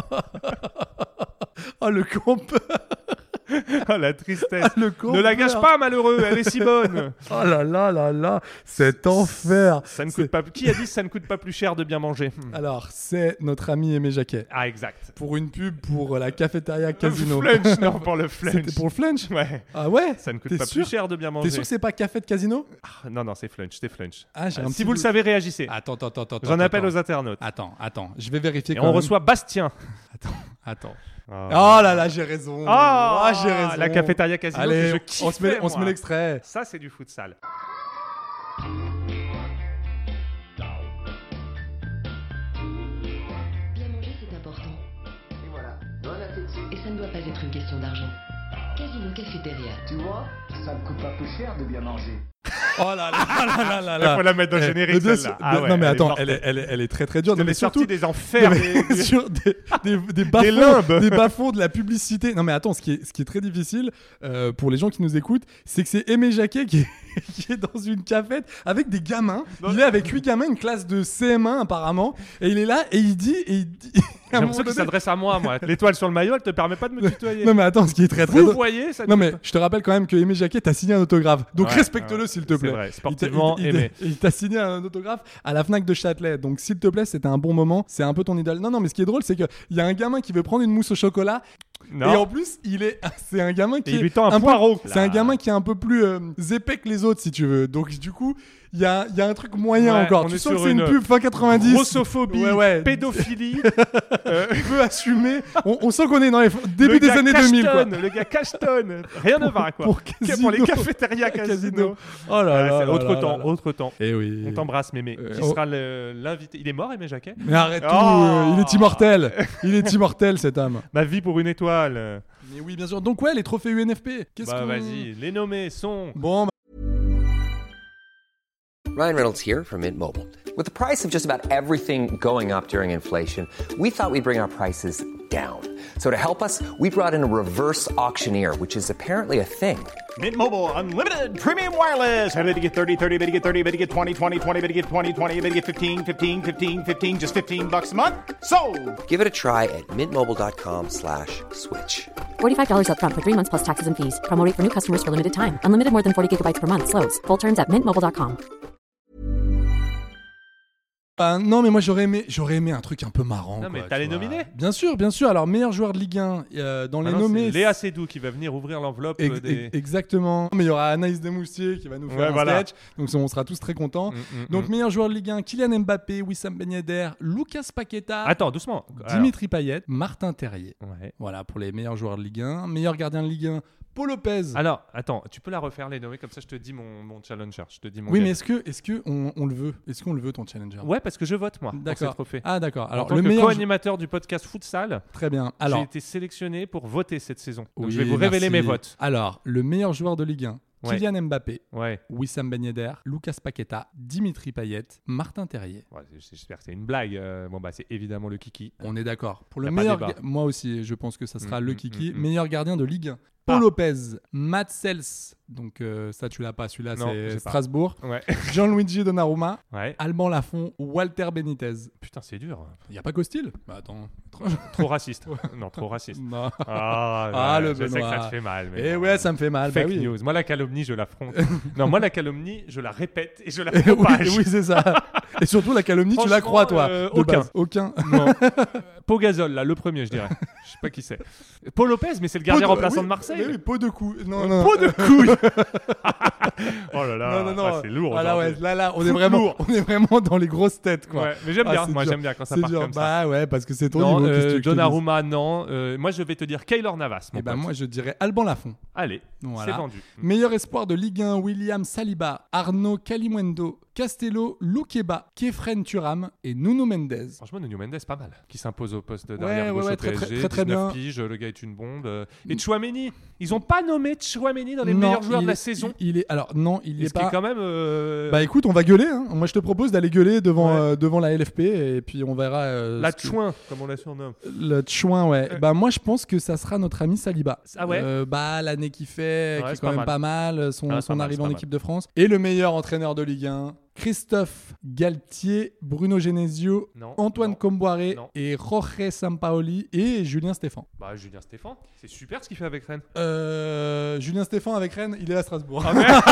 Oh, le campeur. Oh, la tristesse. Ne la gâche pas, malheureux, elle est si bonne. Oh là là là là, cet enfer. Ça ne coûte pas. Qui a dit que ça ne coûte pas plus cher de bien manger? Alors, c'est notre ami Aimé Jacquet. Ah, exact. Pour une pub pour la cafétéria Casino. Flunch, non, pour le Flunch. C'était pour le Flunch? Ouais. Ah ouais? Ça ne coûte pas plus cher de bien manger. T'es sûr que c'est pas Café de Casino? Non, c'est Flunch, c'est Flunch. Ah, si vous le savez, réagissez. Attends. J'en appelle aux internautes. Attends, je vais vérifier. Et on reçoit Bastien. Attends. Oh là là, j'ai raison. J'ai raison. La cafétéria Casino. Allez, que je kiffais, on se met l'extrait. Ça, c'est du futsal. Bien manger, c'est important. Et voilà, bon appétit. Et ça ne doit pas être une question d'argent. Casino Cafétéria. Tu vois, ça ne coûte pas plus cher de bien manger. Oh là là. Il faut la mettre dans le générique, celle-là. Non mais attends, elle est très très dure. Mais surtout des enfers. Sur des bas-fonds de la publicité. Non mais attends, ce qui est très difficile pour les gens qui nous écoutent, c'est que c'est Aimé Jacquet qui est dans une cafette avec des gamins. Il est avec 8 gamins, une classe de CM1 apparemment. Et il est là et il dit... J'ai l'impression qu'il s'adresse à moi. L'étoile sur le maillot, elle te permet pas de me tutoyer. Non mais attends, ce qui est très très... Vous voyez ça? Non mais je te rappelle quand même que Aimé Jacquet t'a signé un autographe. Donc respecte-le s'il te plaît. C'est vrai, sportivement aimé. Il t'a signé un autographe à la Fnac de Châtelet. Donc s'il te plaît, c'était un bon moment. C'est un peu ton idole. Non mais ce qui est drôle, c'est qu'il y a un gamin qui veut prendre une mousse au chocolat. Non. Et en plus, c'est un gamin qui est un poireau. C'est un gamin qui est un peu plus épais que les autres, si tu veux. Donc du coup, il y a un truc moyen encore. Tu sens que c'est une pub fin 90. Grossophobie, pédophilie. Peu assumé. On sent qu'on est dans les début des années 2000. Quoi. Le gars cachetonne. Rien ne va, quoi. Pour les cafétérias Casino. Oh là là. Autre temps. Et oui. On t'embrasse, Mémé. Qui sera l'invité? Il est mort, Aimé Jacquet? Mais arrête tout. Il est immortel. Il est immortel, cet homme. Ma vie pour une étoile. Mais oui, bien sûr. Donc ouais, les trophées UNFP. Vas-y, les nommés sont... Bon. Ryan Reynolds here from Mint Mobile. With the price of just about everything going up during inflation, we thought we'd bring our prices down. So to help us, we brought in a reverse auctioneer, which is apparently a thing. Mint Mobile Unlimited Premium Wireless. How to get 30, 30, how to get 30, how to get 20, 20, 20, how to get 20, 20, how to get 15, 15, 15, 15, just $15 a month? Sold! Give it a try at mintmobile.com/switch. $45 up front for 3 months plus taxes and fees. Promo rate for new customers for limited time. Unlimited more than 40 gigabytes per month. Slows full terms at mintmobile.com. Non mais moi j'aurais aimé un truc un peu marrant. Non mais t'as les nominés? Bien sûr. Alors meilleur joueur de Ligue 1 dans les nommés. C'est Léa Seydoux qui va venir ouvrir l'enveloppe. Exactement. Mais il y aura Anaïs Desmoustiers qui va nous faire un sketch. Donc on sera tous très contents. Donc meilleur joueur de Ligue 1, Kylian Mbappé, Wissam Ben Yedder, Lucas Paqueta. Attends, doucement. Dimitri Payet, Martin Terrier. Ouais. Voilà pour les meilleurs joueurs de Ligue 1. Meilleur gardien de Ligue 1. Paul Lopez. Alors, attends, tu peux la refaire, les nommer, comme ça je te dis mon challenger. Je te dis mon oui, gars. mais est-ce que on le veut? Est-ce qu'on le veut, ton challenger? Ouais, parce que je vote, moi, pour ces trophées. Ah, d'accord. Alors, en tant le que meilleur co-animateur du podcast Futsal, très bien. Alors, j'ai été sélectionné pour voter cette saison. Donc, oui, je vais vous révéler mes votes. Alors, le meilleur joueur de Ligue 1, Ouais. Kylian Mbappé, Ouais. Wissam Ben Yedder, Lucas Paqueta, Dimitri Payet, Martin Terrier. Ouais, j'espère que c'est une blague. Bon, bah, c'est évidemment le kiki. On est d'accord. Pour le Y a pas meilleur, débat. moi aussi, je pense que ça sera le kiki. mm. Meilleur gardien de Ligue 1. Paul Lopez, Matt Sels, donc ça tu l'as pas, celui-là Non, c'est j'ai pas. Strasbourg. Ouais. Gianluigi Donnarumma, Ouais. Alban Lafont, Walter Benitez. Putain, c'est dur. Il y a pas Costil? Bah attends. Trop raciste. Non, trop raciste. Non. Ah, le je sais que Benoît. ça te fait mal. Mais Eh bon. ouais, ça me fait mal. Fake bah oui. news. Moi, la calomnie, je l'affronte. Non, moi, la calomnie, je la répète et je la oui, propage. oui, c'est ça. Et surtout la calomnie, tu la crois toi de aucun. base. Aucun. Non. Pau Gasol, là, le premier, je dirais. Je sais pas qui c'est. Paul Lopez, mais c'est le gardien remplaçant de Marseille. Mais oui, pot de cou. Non. Pot de couille. Oh là là, Non. ah, c'est lourd. Voilà, ouais, aujourd'hui. là, on est vraiment dans les grosses têtes, quoi. Ouais, mais j'aime bien. c'est Moi, dur. j'aime bien quand ça C'est part dur. comme ça. Bah ouais, parce que c'est ton Non, niveau. qu'est-ce que tu veux que je te dise Donnarumma, non. Moi, je vais te dire Keylor Navas. Mon Eh ben pote. moi, je dirais Alban Lafont. Allez, Voilà. c'est vendu. Meilleur espoir de Ligue 1, William Saliba, Arnaud Calimundo, Castello, Loukeba, Kefren Turam et Nuno Mendes. Franchement, Nuno Mendes, pas mal. Qui s'impose au poste d'arrière gauche au très, PSG. très 19 bien. piges, le gars est une bombe. Et Chouameni, ils ont pas nommé Chouameni dans les Non, meilleurs joueurs de il la est- saison. Il est alors non, il Et est ce qui est pas. quand même. Bah écoute, on va gueuler. Hein. Moi, je te propose d'aller gueuler devant Ouais. devant la LFP et puis on verra. La ce que- Chouin, comme on la surnomme. Le Chouin, ouais. Bah moi, je pense que ça sera notre ami Saliba. Ah ouais. Bah l'année qu'il fait, Ouais, qui est c'est quand pas même pas mal. Son Ah, c'est pas mal, arrivée c'est en pas équipe de France et le meilleur entraîneur de Ligue 1. Christophe Galtier, Bruno Genesio, Non, Antoine non, Comboiré non. et Jorge Sampaoli et Julien Stéphan. Bah, Julien Stéphan, c'est super ce qu'il fait avec Rennes. Julien Stéphan avec Rennes, il est à Strasbourg.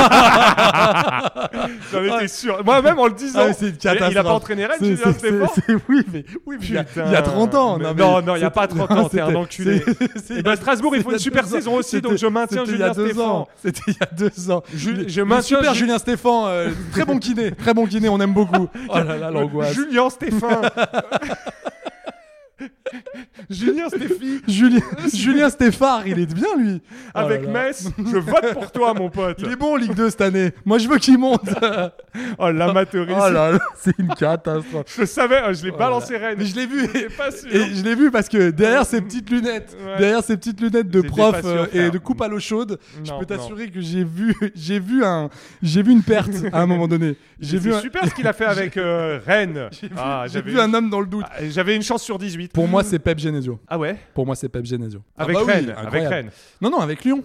J'en étais sûr. Moi-même en le disant. Ah, c'est une catastrophe. Il a pas entraîné Rennes, Julien Stéphan. Oui, mais il y a 30 ans. Mais Non, non, il n'y a pas 30 ans, t'es un enculé. Et bah, Strasbourg, il faut une super saison aussi, donc je maintiens Julien Stéphan. C'était il y a 2 ans. Je maintiens super Julien Stéphan, très bon kiné, on aime beaucoup. Oh là là, l'angoisse. Julien Stéphan. Julien Stéphi. Julien Stéphard, il est bien lui. Avec Oh là là. Metz, je vote pour toi, mon pote. Il est bon en Ligue 2 cette année. Moi, je veux qu'il monte. Oh, l'amateurisme. Oh là là, c'est une catastrophe. Je savais, je l'ai balancé Rennes. Mais je l'ai vu. J'étais pas sûr. Et je l'ai vu parce que derrière ces petites lunettes, Ouais. derrière ces petites lunettes de J'étais prof pas sûr, et frère. de coupe à l'eau chaude, je Non, peux t'assurer que j'ai vu une perte à un moment donné. C'est super ce qu'il a fait avec Rennes. J'ai vu un homme dans le doute. J'avais une chance sur 18. Pour moi, c'est Pep Genesio. Ah ouais. Pour moi, c'est Pep Genesio. Avec Ah bah oui, Rennes. Avec incroyable. Rennes. Non, avec Lyon.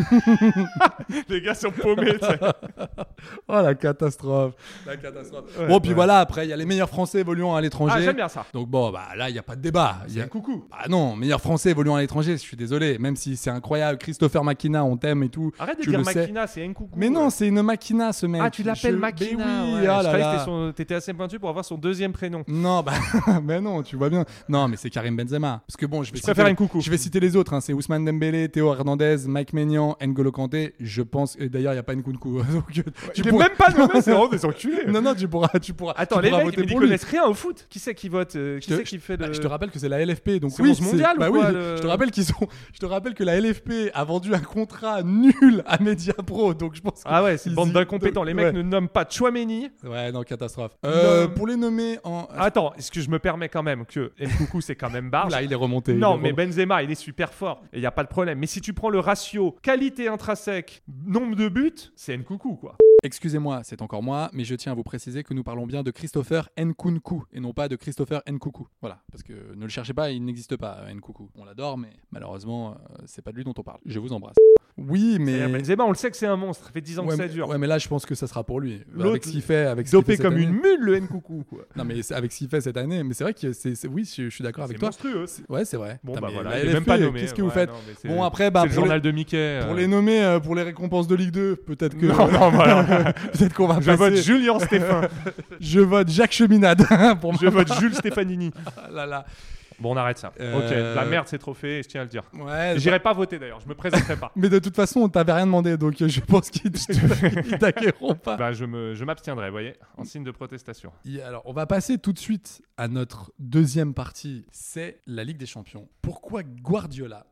Les gars sont paumés. tu sais. Oh la catastrophe. Ouais, Bon, puis ouais. voilà, après, il y a les meilleurs Français évoluant à l'étranger. Ah, j'aime bien ça. Donc bon, bah là, il n'y a pas de débat. C'est un coucou. Bah non, meilleur Français évoluant à l'étranger, je suis désolé. Même si c'est incroyable, Christopher Makina, on t'aime et tout. Arrête de tu dire le sais. Makina, c'est un coucou. Mais non, c'est une Makina, ce mec. Ah, tu l'appelles Je- Makina. Mais oui, ouais. oh Je là croyais là. que t'étais assez pointu pour avoir son deuxième prénom. Non, bah, mais non, tu vois bien. Non, mais c'est Karim Benzema. Parce que bon, je préfère un coucou. Je vais citer les autres. Hein. C'est Ousmane Dembélé, Théo Hernandez, Mike Maignan, N'Golo Kanté. Je pense. Et d'ailleurs, il n'y a pas Nkunku. Donc, Je l'ai même pas nommé, c'est vraiment des enculés. Non, tu pourras. Attends, tu les pourras mecs, voter ils pour lui. connaissent rien au foot. Qui c'est qui vote Qui c'est qui fait le. Je te rappelle que c'est la LFP, donc C'est oui, 11 mondial bah ou oui, quoi, le- Je te rappelle je te rappelle que la LFP a vendu un contrat nul à Mediapro, donc je pense. Ah ouais, c'est une bande qu'ils y- d'incompétents. Les mecs Ouais. ne nomment pas Chouameni. Ouais, non, catastrophe. Nomme- Pour les nommer en. Attends, est-ce que je me permets quand même que Nkunku c'est quand même barge. Là, il est remonté. Non, il est mais remonté. Benzema, il est super fort. Et il n'y a pas de problème. Mais si tu prends le ratio qualité intrinsèque, nombre de buts, c'est Nkunku, quoi. Excusez-moi, c'est encore moi, mais je tiens à vous préciser que nous parlons bien de Christopher Nkunku et non pas de Christopher Nkunku. Voilà, parce que ne le cherchez pas, il n'existe pas, Nkunku. On l'adore, mais malheureusement, c'est pas de lui dont on parle. Je vous embrasse. Oui, mais. C'est-à-dire, Benzema, on le sait que c'est un monstre. Ça fait 10 ans Ouais, que ça dure. Ouais, mais là, je pense que ça sera pour lui. L'autre, Avec ce qu'il fait, avec ce qu'il Dopé fait comme cette une année. mule, le Nkunku, quoi. Non, mais avec ce qu'il fait cette année, mais c'est vrai que oui, je suis d'accord avec C'est toi. monstrueux. Ouais, c'est vrai. Bon, Putain, bah mais voilà, la il est LFP, même pas nommé. qu'est-ce que vous Ouais, faites non, mais c'est- Bon, après, bah, c'est le pour journal les- de Mickey. Pour les nommer pour les récompenses de Ligue 2, peut-être que. Non, voilà. Peut-être qu'on va Je passer. vote Julien Stéphan. Je vote Jacques Cheminade. Pour Je vote Jules Stefanini. Ah là là. Bon, on arrête ça. Ok, la merde, c'est trop fait, je tiens à le dire. Ouais. J'irai pas voter d'ailleurs, je me présenterai pas. Mais de toute façon, on t'avait rien demandé, donc je pense qu'ils t'accueilleront pas. Bah, je m'abstiendrai, vous voyez, en signe de protestation. Alors, on va passer tout de suite à notre deuxième partie, c'est la Ligue des Champions. Pourquoi Guardiola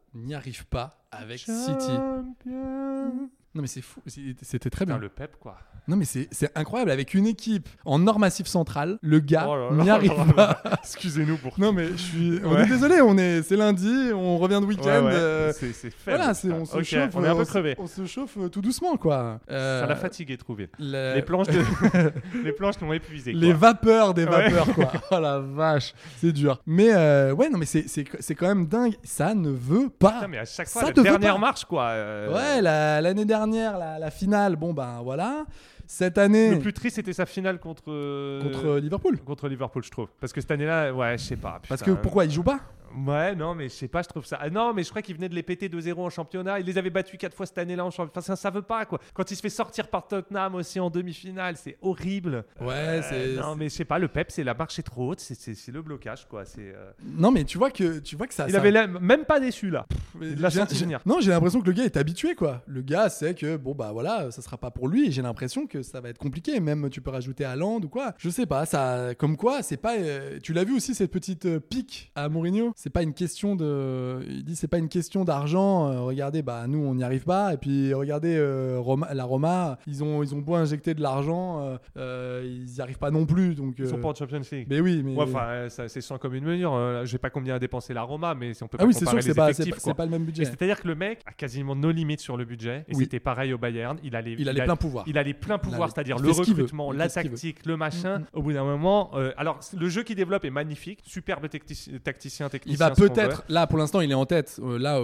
n'y arrive pas avec City. Non mais c'est fou, c'était très bien. Le Pep quoi. Non mais c'est incroyable, avec une équipe en nord massif central, le gars n'y arrive pas. Excusez-nous pour. Non mais on est désolé, c'est lundi, on revient de week-end. C'est faible. Voilà, on se chauffe. On est un peu crevé. On se chauffe tout doucement quoi. Ça l'a fatigué de trouver. Les planches l'ont épuisé. Les vapeurs des vapeurs quoi. Oh la vache, c'est dur. Mais non mais c'est quand même dingue. Ça ne veut pas. Putain, mais à chaque fois la dernière marche quoi. Ouais, l'année dernière la finale, bon ben voilà. Cette année, le plus triste c'était sa finale contre Liverpool. Contre Liverpool, je trouve. Parce que cette année-là, ouais, je sais pas. Putain. Parce que pourquoi il joue pas? Ouais, non, mais je sais pas, je trouve ça. Ah, non, mais je crois qu'il venait de les péter 2-0 en championnat. Il les avait battus 4 fois cette année-là en championnat. Enfin, ça veut pas quoi. Quand il se fait sortir par Tottenham aussi en demi-finale, c'est horrible. Ouais, non, mais je sais pas, le Pep, c'est la marche est trop haute, c'est le blocage quoi. Non, mais tu vois que ça. Il avait même pas déçu là. Il l'a senti venir. Non, j'ai l'impression que le gars est habitué quoi. Le gars sait que bon bah voilà, ça sera pas pour lui. Et j'ai l'impression que ça va être compliqué. Même tu peux rajouter Haaland ou quoi. Je sais pas. Ça, comme quoi, c'est pas. Tu l'as vu aussi cette petite pique à Mourinho. C'est pas une question il dit c'est pas une question d'argent. Regardez, bah nous on n'y arrive pas. Et puis regardez la Roma, ils ont beau injecter de l'argent, ils n'y arrivent pas non plus. Donc ils sont pas en Champions League. Mais oui, mais ouais, enfin c'est sans commune mesure. Je sais pas combien a dépensé la Roma, mais si on peut pas oui, comparer c'est sûr les que effectifs, c'est pas le même budget. C'est-à-dire que le mec a quasiment no limites sur le budget. Et c'était pareil au Bayern. Il a plein pouvoir. Il a les pleins pouvoirs, c'est-à-dire le recrutement, la tactique, le machin. Au bout d'un moment, alors le jeu qu'il développe est magnifique, superbe tacticien. Il va peut-être là pour l'instant il est en tête. Là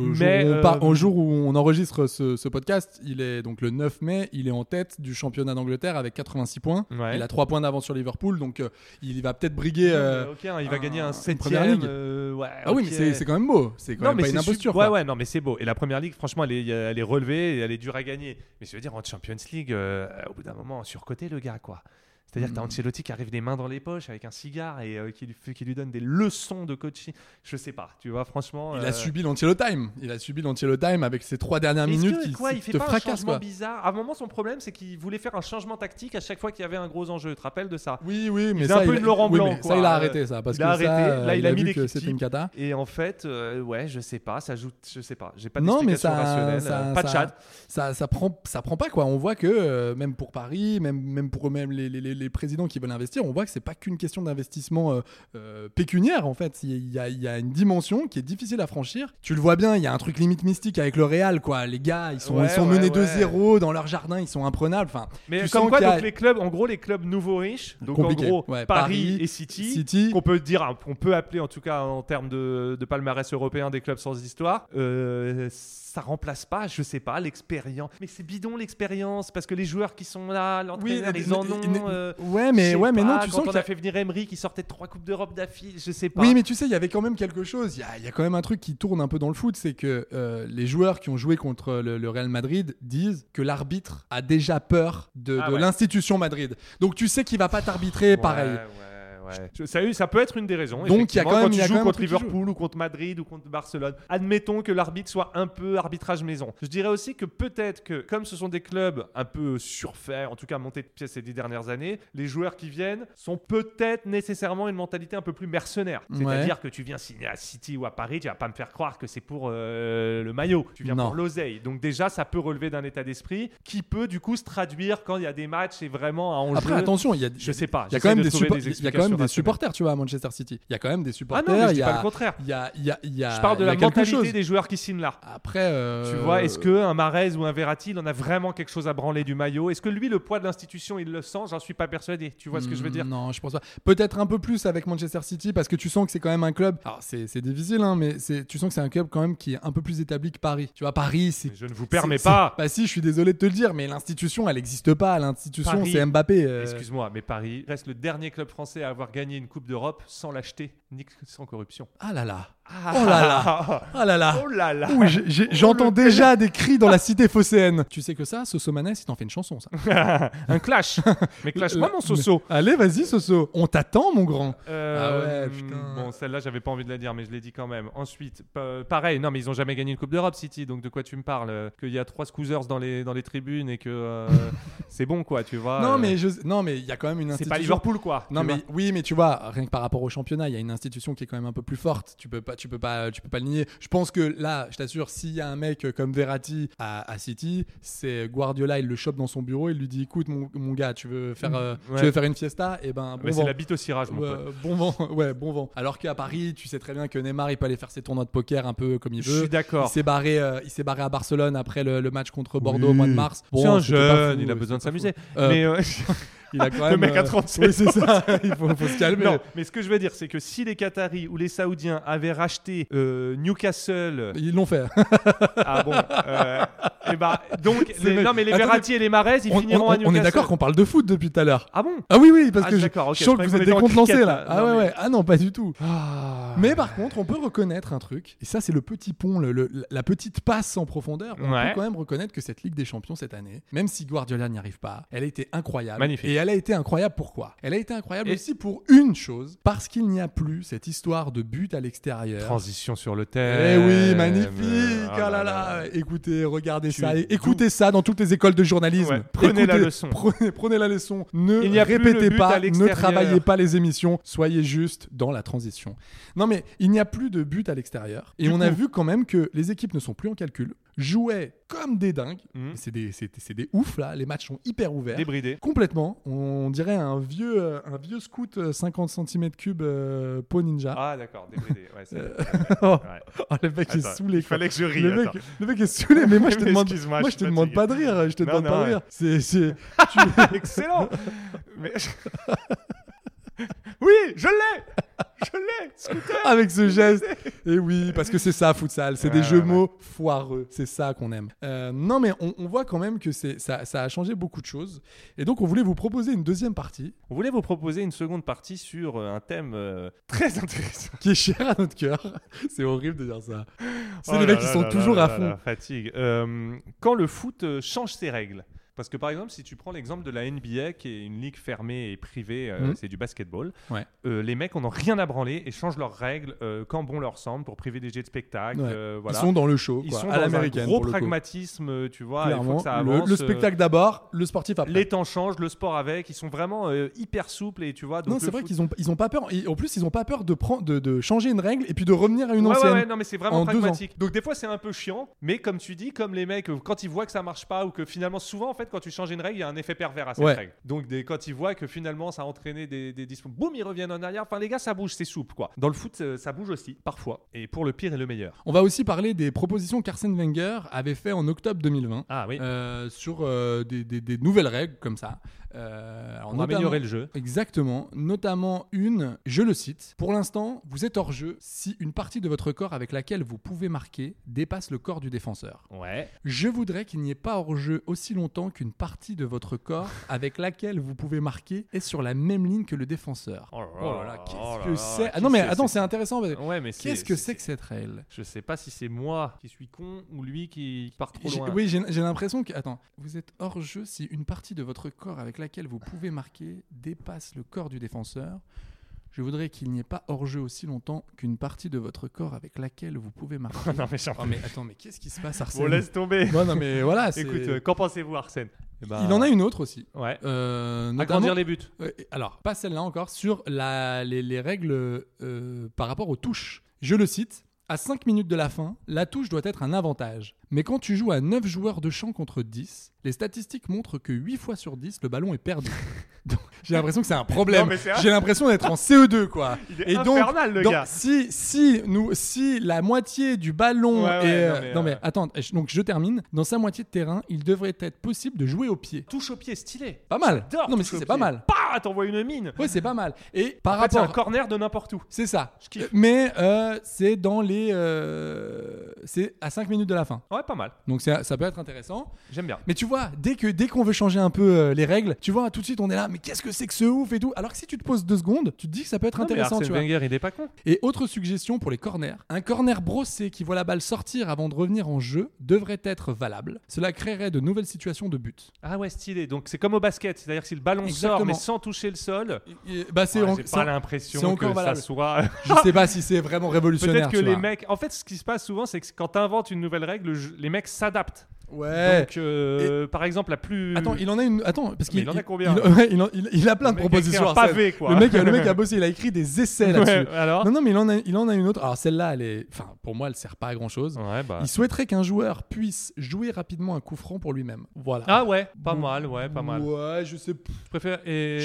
au jour où on enregistre ce podcast, il est donc le 9 mai, il est en tête du championnat d'Angleterre avec 86 points. Ouais. Il a 3 points d'avance sur Liverpool, donc il va peut-être briguer. Il va gagner un 7e. Première ligue. Oui, mais c'est quand même beau. C'est quand même pas une imposture. Ouais, non, mais c'est beau. Et la première ligue, franchement, elle est relevée, et elle est dure à gagner. Mais je veux dire, en Champions League, au bout d'un moment, surcoté le gars, quoi. C'est-à-dire que t'as Ancelotti qui arrive les mains dans les poches avec un cigare et qui lui donne des leçons de coaching. Je sais pas, tu vois, franchement. Il a subi l'Ancelotti time avec ses 3 dernières minutes qui il fait te pas fracassent. Un changement bizarre. À un moment, son problème, c'est qu'il voulait faire un changement tactique à chaque fois qu'il y avait un gros enjeu. Tu te rappelles de ça? Oui, mais ça, un peu de Laurent Blanc. Ça, il a arrêté ça. Parce il a arrêté. Là, il a mis vu que c'était une cata. Et en fait, je sais pas, ça joue. Je sais pas. J'ai pas d'explication rationnelle. Pas de chat. Ça prend pas quoi. On voit que même pour Paris, même pour les présidents qui veulent investir, on voit que c'est pas qu'une question d'investissement pécuniaire en fait. Il y a une dimension qui est difficile à franchir. Tu le vois bien, il y a un truc limite mystique avec le Real quoi. Les gars, ils sont menés 2-0 dans leur jardin, ils sont imprenables. Enfin, mais comme quoi donc les clubs, en gros les clubs nouveaux riches, donc compliqué. En gros Paris et City, qu'on peut dire, on peut appeler en tout cas en termes de palmarès européen des clubs sans histoire. Ça remplace pas, je sais pas, l'expérience. Mais c'est bidon l'expérience parce que les joueurs qui sont là, l'entraîneur, ils en ont. Mais non, tu quand sens on a fait venir Emery qui sortait de 3 coupes d'Europe d'affilée, je sais pas. Oui, mais tu sais, il y avait quand même quelque chose. Il y a quand même un truc qui tourne un peu dans le foot, c'est que les joueurs qui ont joué contre le Real Madrid disent que l'arbitre a déjà peur de l'institution Madrid. Donc tu sais qu'il va pas t'arbitrer pareil. Ouais. Ça peut être une des raisons. Donc il y a quand même, quand tu joues contre Liverpool ou contre Madrid ou contre Barcelone, admettons que l'arbitre soit un peu arbitrage maison. Je dirais aussi que peut-être que comme ce sont des clubs un peu surfaits, en tout cas montés de pièces ces 10 dernières années, les joueurs qui viennent sont peut-être nécessairement une mentalité un peu plus mercenaire. C'est-à-dire que tu viens signer à City ou à Paris, tu vas pas me faire croire que c'est pour le maillot. Tu viens pour l'oseille. Donc déjà, ça peut relever d'un état d'esprit qui peut du coup se traduire quand il y a des matchs et vraiment à enjeu. Après attention, je sais pas. Il y a quand même des supporters, tu vois, à Manchester City. Il y a quand même des supporters. Ah non, mais je dis pas le contraire. Je parle de la mentalité des joueurs qui signent là. Après, tu vois, est-ce qu'un Mahrez ou un Verratti, il en a vraiment quelque chose à branler du maillot? Est-ce que lui, le poids de l'institution, il le sent? J'en suis pas persuadé. Tu vois ce que je veux dire? Non, je pense pas. Peut-être un peu plus avec Manchester City parce que tu sens que c'est quand même un club. Alors, c'est difficile, hein, mais tu sens que c'est un club quand même qui est un peu plus établi que Paris. Tu vois, Paris, c'est. Mais je ne vous permets pas. Bah si, je suis désolé de te le dire, mais l'institution, elle n'existe pas. L'institution, Paris, c'est Mbappé. Excuse-moi, mais Paris reste le dernier club français à avoir gagné une Coupe d'Europe sans l'acheter ni sans corruption. Ah là là. Oh là là. Oh là là. Oh là là. Ouh, j'entends déjà des cris dans la cité phocéenne. Tu sais que ça, Soso Manès, il t'en fait une chanson, ça. Un clash. Mais clash-moi mon Soso. Allez, vas-y Soso. On t'attend, mon grand. Ah ouais, putain. Bon, celle-là, j'avais pas envie de la dire, mais je l'ai dit quand même. Ensuite, pareil, non, mais ils ont jamais gagné une Coupe d'Europe, City. Donc de quoi tu me parles? Qu'il y a 3 scousers dans les tribunes et que c'est bon, quoi, tu vois. Non, mais il y a quand même une institution. C'est pas Liverpool, quoi. Non, mais oui, mais tu vois, rien que par rapport au championnat, il y a une institution institution qui est quand même un peu plus forte. Tu peux pas le nier. Je pense que là, je t'assure, s'il y a un mec comme Verratti à City, c'est Guardiola, il le chope dans son bureau, il lui dit écoute mon gars, tu veux faire une fiesta, et ben bon mais vent. c'est la bite au cirage, mon pote. Bon vent. Alors qu'à Paris, tu sais très bien que Neymar, il peut aller faire ses tournois de poker un peu comme il veut. Je suis d'accord. Il s'est barré à Barcelone après le match contre Bordeaux au mois de mars. Bon, c'est un jeune, il a besoin de s'amuser. Mais il a quand même, le mec a 37 oui, c'est ça. Il faut se calmer. Non, mais ce que je veux dire, c'est que si les Qataris ou les Saoudiens avaient racheté Newcastle, ils l'ont fait. Ah bon. Et bah donc mais les Verratti et les Mahrez, ils finiront à Newcastle. On est d'accord qu'on parle de foot depuis tout à l'heure. Ah bon? Ah oui, parce que d'accord, je sens que vous êtes décontenancé là. Ah ouais. Ah non, pas du tout. Mais par contre, on peut reconnaître un truc, et ça c'est le petit pont, la petite passe en profondeur. On peut quand même reconnaître que cette Ligue des Champions cette année, même si Guardiola n'y arrive pas, elle a été incroyable. Magnifique. Et elle a été incroyable pourquoi? Elle a été incroyable aussi pour une chose, parce qu'il n'y a plus cette histoire de but à l'extérieur. Transition sur le terrain. Eh oui, magnifique. Oh là là. Écoutez, regardez ça. Écoutez ça dans toutes les écoles de journalisme. Ouais. Prenez la leçon. Prenez la leçon. Ne répétez pas, ne travaillez pas les émissions. Soyez juste dans la transition. Non mais il n'y a plus de but à l'extérieur. Et on a vu quand même que les équipes ne sont plus en calcul, jouaient comme des dingues. C'est des oufs là. Les matchs sont hyper ouverts. Débridés. Complètement. On dirait un vieux scout 50 cm3 Pau Ninja. Ah d'accord, débridé. Ouais, oh, le mec est saoulé. Il fallait que je rie. Le mec est saoulé, mais moi je te demande pas de rire. Je te demande pas de rire. C'est excellent. Mais... Oui, je l'ai, scooter. Avec ce geste. Et oui, parce que c'est ça, futsal. C'est des jeux de mots foireux. C'est ça qu'on aime. Non, mais on voit quand même que ça a changé beaucoup de choses. Et donc, on voulait vous proposer une deuxième partie. On voulait vous proposer une seconde partie sur un thème très intéressant. Qui est cher à notre cœur. C'est horrible de dire ça. C'est les mecs qui sont toujours à fond. Fatigue. Quand le foot change ses règles. Parce que par exemple, si tu prends l'exemple de la NBA, qui est une ligue fermée et privée, c'est du basketball, les mecs en ont rien à branler et changent leurs règles quand bon leur semble pour privilégier le spectacle. Voilà. Ils sont dans le show, ils quoi, sont à dans l'américaine. Un gros pragmatisme, tu vois. Clairement, il faut que ça avance. Le spectacle d'abord, le sportif après. Les temps changent, le sport avec. Ils sont vraiment hyper souples et tu vois. Donc non, c'est vrai qu'ils ont pas peur. En plus, ils ont pas peur de changer une règle et puis de revenir à une ancienne. Ouais, non, mais c'est vraiment pragmatique. Donc des fois, c'est un peu chiant, mais comme tu dis, comme les mecs, quand ils voient que ça marche pas ou que finalement, souvent en fait, quand tu changes une règle, un effet pervers à cette règle. Donc quand ils voient que finalement ça a entraîné des dysfonctions, boum, ils reviennent en arrière. Enfin les gars, ça bouge, c'est souple quoi. Dans le foot, ça bouge aussi parfois. Et pour le pire et le meilleur. On va aussi parler des propositions qu'Arsène Wenger avait fait en octobre 2020 sur des nouvelles règles comme ça. On va améliorer le jeu. Exactement. Notamment une, je le cite, pour l'instant, vous êtes hors jeu si une partie de votre corps avec laquelle vous pouvez marquer dépasse le corps du défenseur. Ouais. Je voudrais qu'il n'y ait pas hors jeu aussi longtemps qu'une partie de votre corps avec laquelle vous pouvez marquer est sur la même ligne que le défenseur. Oh là là, qu'est-ce que c'est? Ah non mais attends, c'est intéressant. Mais qu'est-ce que c'est que cette règle? Je sais pas si c'est moi qui suis con ou lui qui part trop loin. Oui, j'ai l'impression que... Attends, vous êtes hors jeu si une partie de votre corps avec laquelle vous pouvez marquer dépasse le corps du défenseur. Je voudrais qu'il n'y ait pas hors-jeu aussi longtemps qu'une partie de votre corps avec laquelle vous pouvez marquer. Non mais attends, mais qu'est-ce qui se passe, Arsène? Bon, laisse tomber. Non mais voilà. Écoute, qu'en pensez-vous, Arsène? Il en a une autre aussi. Ouais. Agrandir les buts. Alors, pas celle-là encore, sur les règles par rapport aux touches. Je le cite. À 5 minutes de la fin, la touche doit être un avantage. Mais quand tu joues à 9 joueurs de champ contre 10, les statistiques montrent que 8 fois sur 10, le ballon est perdu. Donc, j'ai l'impression que c'est un problème. J'ai l'impression d'être en CE2, quoi. Il est infernal, le gars. Si la moitié du ballon est... Non mais attends, donc je termine. Dans sa moitié de terrain, il devrait être possible de jouer au pied. Touche au pied, stylé. Pas mal. J'adore. Non mais c'est pas mal. Bah, t'envoies une mine. Ouais, c'est pas mal. Et par rapport... rapport... c'est un corner de n'importe où. C'est ça. Je kiffe. Mais c'est dans les... c'est à 5 minutes de la fin. Ouais, pas mal. Donc ça peut être intéressant. J'aime bien. Mais tu vois, dès qu'on veut changer un peu les règles, tu vois, tout de suite on est là, mais qu'est-ce que c'est que ce ouf et tout. Alors que si tu te poses 2 secondes, tu te dis que ça peut être intéressant. Mais Arsène Wenger, il est pas con. Et autre suggestion pour les corners. Un corner brossé qui voit la balle sortir avant de revenir en jeu devrait être valable. Cela créerait de nouvelles situations de but. Ah ouais, stylé. Donc c'est comme au basket. C'est-à-dire que si le ballon sort mais sans toucher le sol, j'ai pas l'impression que valable. ça soit... Je sais pas si c'est vraiment révolutionnaire. Peut-être que les mecs... En fait, ce qui se passe souvent, c'est que quand tu inventes une nouvelle règle, les mecs s'adaptent Ouais. Donc, par exemple, la plus. Attends, il en a une. Attends, parce qu'il en a combien il a plein de propositions. Un pavé, quoi. Le mec a bossé, il a écrit des essais là-dessus. Ouais, alors non, mais il en a une autre. Alors celle-là, pour moi, elle sert pas à grand chose. Ouais, bah. Il souhaiterait qu'un joueur puisse jouer rapidement un coup franc pour lui-même. Voilà. Ah ouais, pas mal. Ouais, je sais. Je préfère.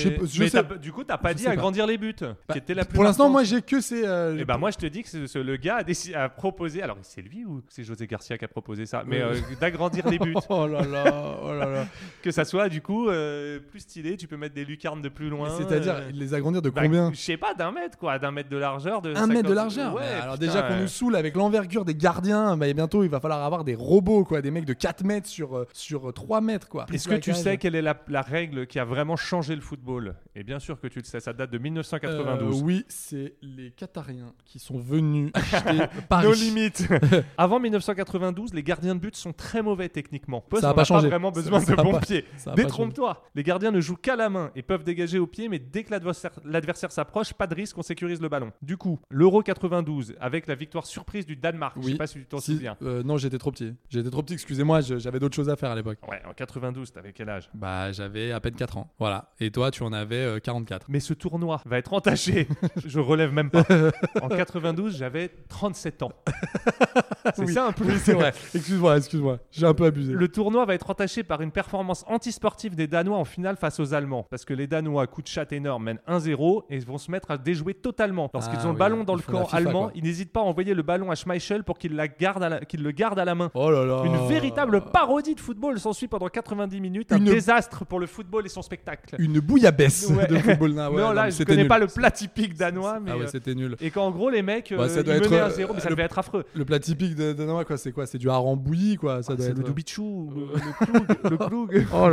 Du coup, t'as pas dit agrandir les buts. Qui était la plus pour l'instant, marquante. moi, j'ai que ces. Et bah moi, je te dis que le gars a proposé. Alors, c'est lui ou c'est José Garcia qui a proposé ça? Mais d'agrandir les buts. Oh là là. Que ça soit du coup plus stylé. Tu peux mettre des lucarnes de plus loin. C'est-à-dire, les agrandir de combien? Je sais pas, d'1 mètre quoi, d'1 mètre de largeur. 1 mètre de largeur. Ouais. Alors déjà qu'on nous saoule avec l'envergure des gardiens, bientôt il va falloir avoir des robots quoi, des mecs de 4 mètres sur 3 mètres quoi. Est-ce que tu sais quelle est la règle qui a vraiment changé le football? Et bien sûr que tu le sais, ça date de 1992. Oui, c'est les Qatariens qui sont venus acheter Paris. Nos limites. Avant 1992, les gardiens de but sont très mauvais techniquement. Ça n'a pas changé. Pas vraiment besoin de bons pieds. Détrompe-toi. Les gardiens ne jouent qu'à la main et peuvent dégager au pied, mais dès que l'adversaire s'approche, pas de risque, on sécurise le ballon. Du coup, l'Euro 92 avec la victoire surprise du Danemark. Oui. Je sais pas si tu t'en souviens. Non, j'étais trop petit. Excusez-moi, j'avais d'autres choses à faire à l'époque. Ouais, en 92, t'avais quel âge? Bah, j'avais à peine 4 ans. Voilà. Et toi, tu en avais 44. Mais ce tournoi va être entaché. Je relève même pas. En 92, j'avais 37 ans. C'est ça un peu. Oui, c'est vrai. Excuse-moi. J'ai un peu abusé. Le tournoi va être entaché par une performance antisportive des Danois en finale face aux Allemands. Parce que les Danois, coup de chat énorme, mènent 1-0 et vont se mettre à déjouer totalement. Lorsqu'ils ont le ballon dans le camp allemand, quoi. Ils n'hésitent pas à envoyer le ballon à Schmeichel pour qu'il le garde à la main. Oh là là. Une véritable parodie de football s'ensuit pendant 90 minutes. Un désastre pour le football et son spectacle. Une bouillabaisse de football. Non, là, je connais pas le plat typique danois. Mais, c'était nul. Et qu'en gros, les mecs, ils ça doit menaient être 1-0, mais ça devait être affreux. Le plat typique de danois, quoi, c'est quoi? C'est du hareng bouilli, quoi. Ça doit c'est être le dubichou, le klug. Oh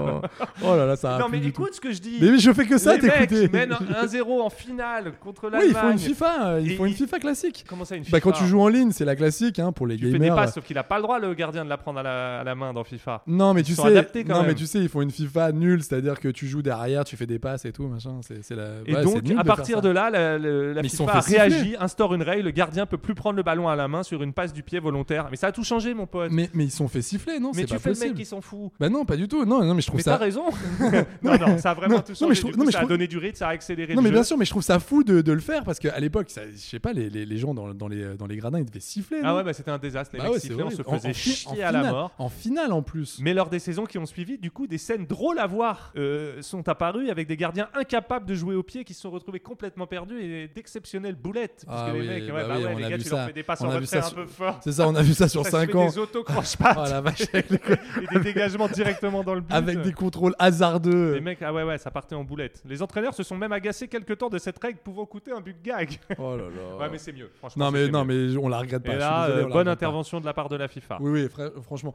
là là, ça. Non, mais écoute ce que je dis. Mais je fais que ça, t'écouter. Les mecs mènent 1-0 en finale contre l'Allemagne. Oui, ils font une FIFA classique. Comment ça, une FIFA? Quand tu joues en ligne, c'est la classique pour les gamers. Tu fais des passes, sauf qu'il a pas le droit, le gardien, de la prendre à la main dans FIFA. Non, mais tu sais, ils font une FIFA nulle, c'est-à-dire que tu joues derrière, tu fais des passes et tout, machin. Et donc, à partir de là, la FIFA réagit, instaure une règle, le gardien peut plus prendre le ballon à la main sur une passe du pied volontaire. Mais ça a tout changé, mon pote. Mais ils sont fait siffler, non? Mais c'est tu pas fais possible. le mec qui s'en fout. Bah non, pas du tout. Non, mais je trouve mais ça. Mais t'as raison. non, ça a vraiment tout changé. Ça a donné du rythme, ça a accéléré. Non, mais bien sûr, mais je trouve ça fou de le faire parce qu'à l'époque, je sais pas, les gens dans les gradins, ils devaient siffler. Ah ouais, c'était un désastre. Les mecs sifflaient, on se faisait chier à la mort. En finale en plus. Mais lors des saisons qui ont suivi, du coup, des scènes drôles à voir sont apparues avec des gardiens incapables de jouer au pied qui se sont retrouvés complètement perdus et d'exceptionnelles boulettes. Parce que les mecs, les gars, tu leur fais des passes en retrait un peu fort. C'est ça, on a vu ça sur 5 ans. Des auto-croche-pattes. Oh la vache. Et des dégagements directement dans le but. Avec des contrôles hasardeux. Les mecs, ça partait en boulettes. Les entraîneurs se sont même agacés quelque temps de cette règle pouvant coûter un but gag. Oh là là. Ouais, mais c'est mieux. Franchement, non, mais on la regrette pas. Et là, bonne intervention de la part de la FIFA. Oui, franchement.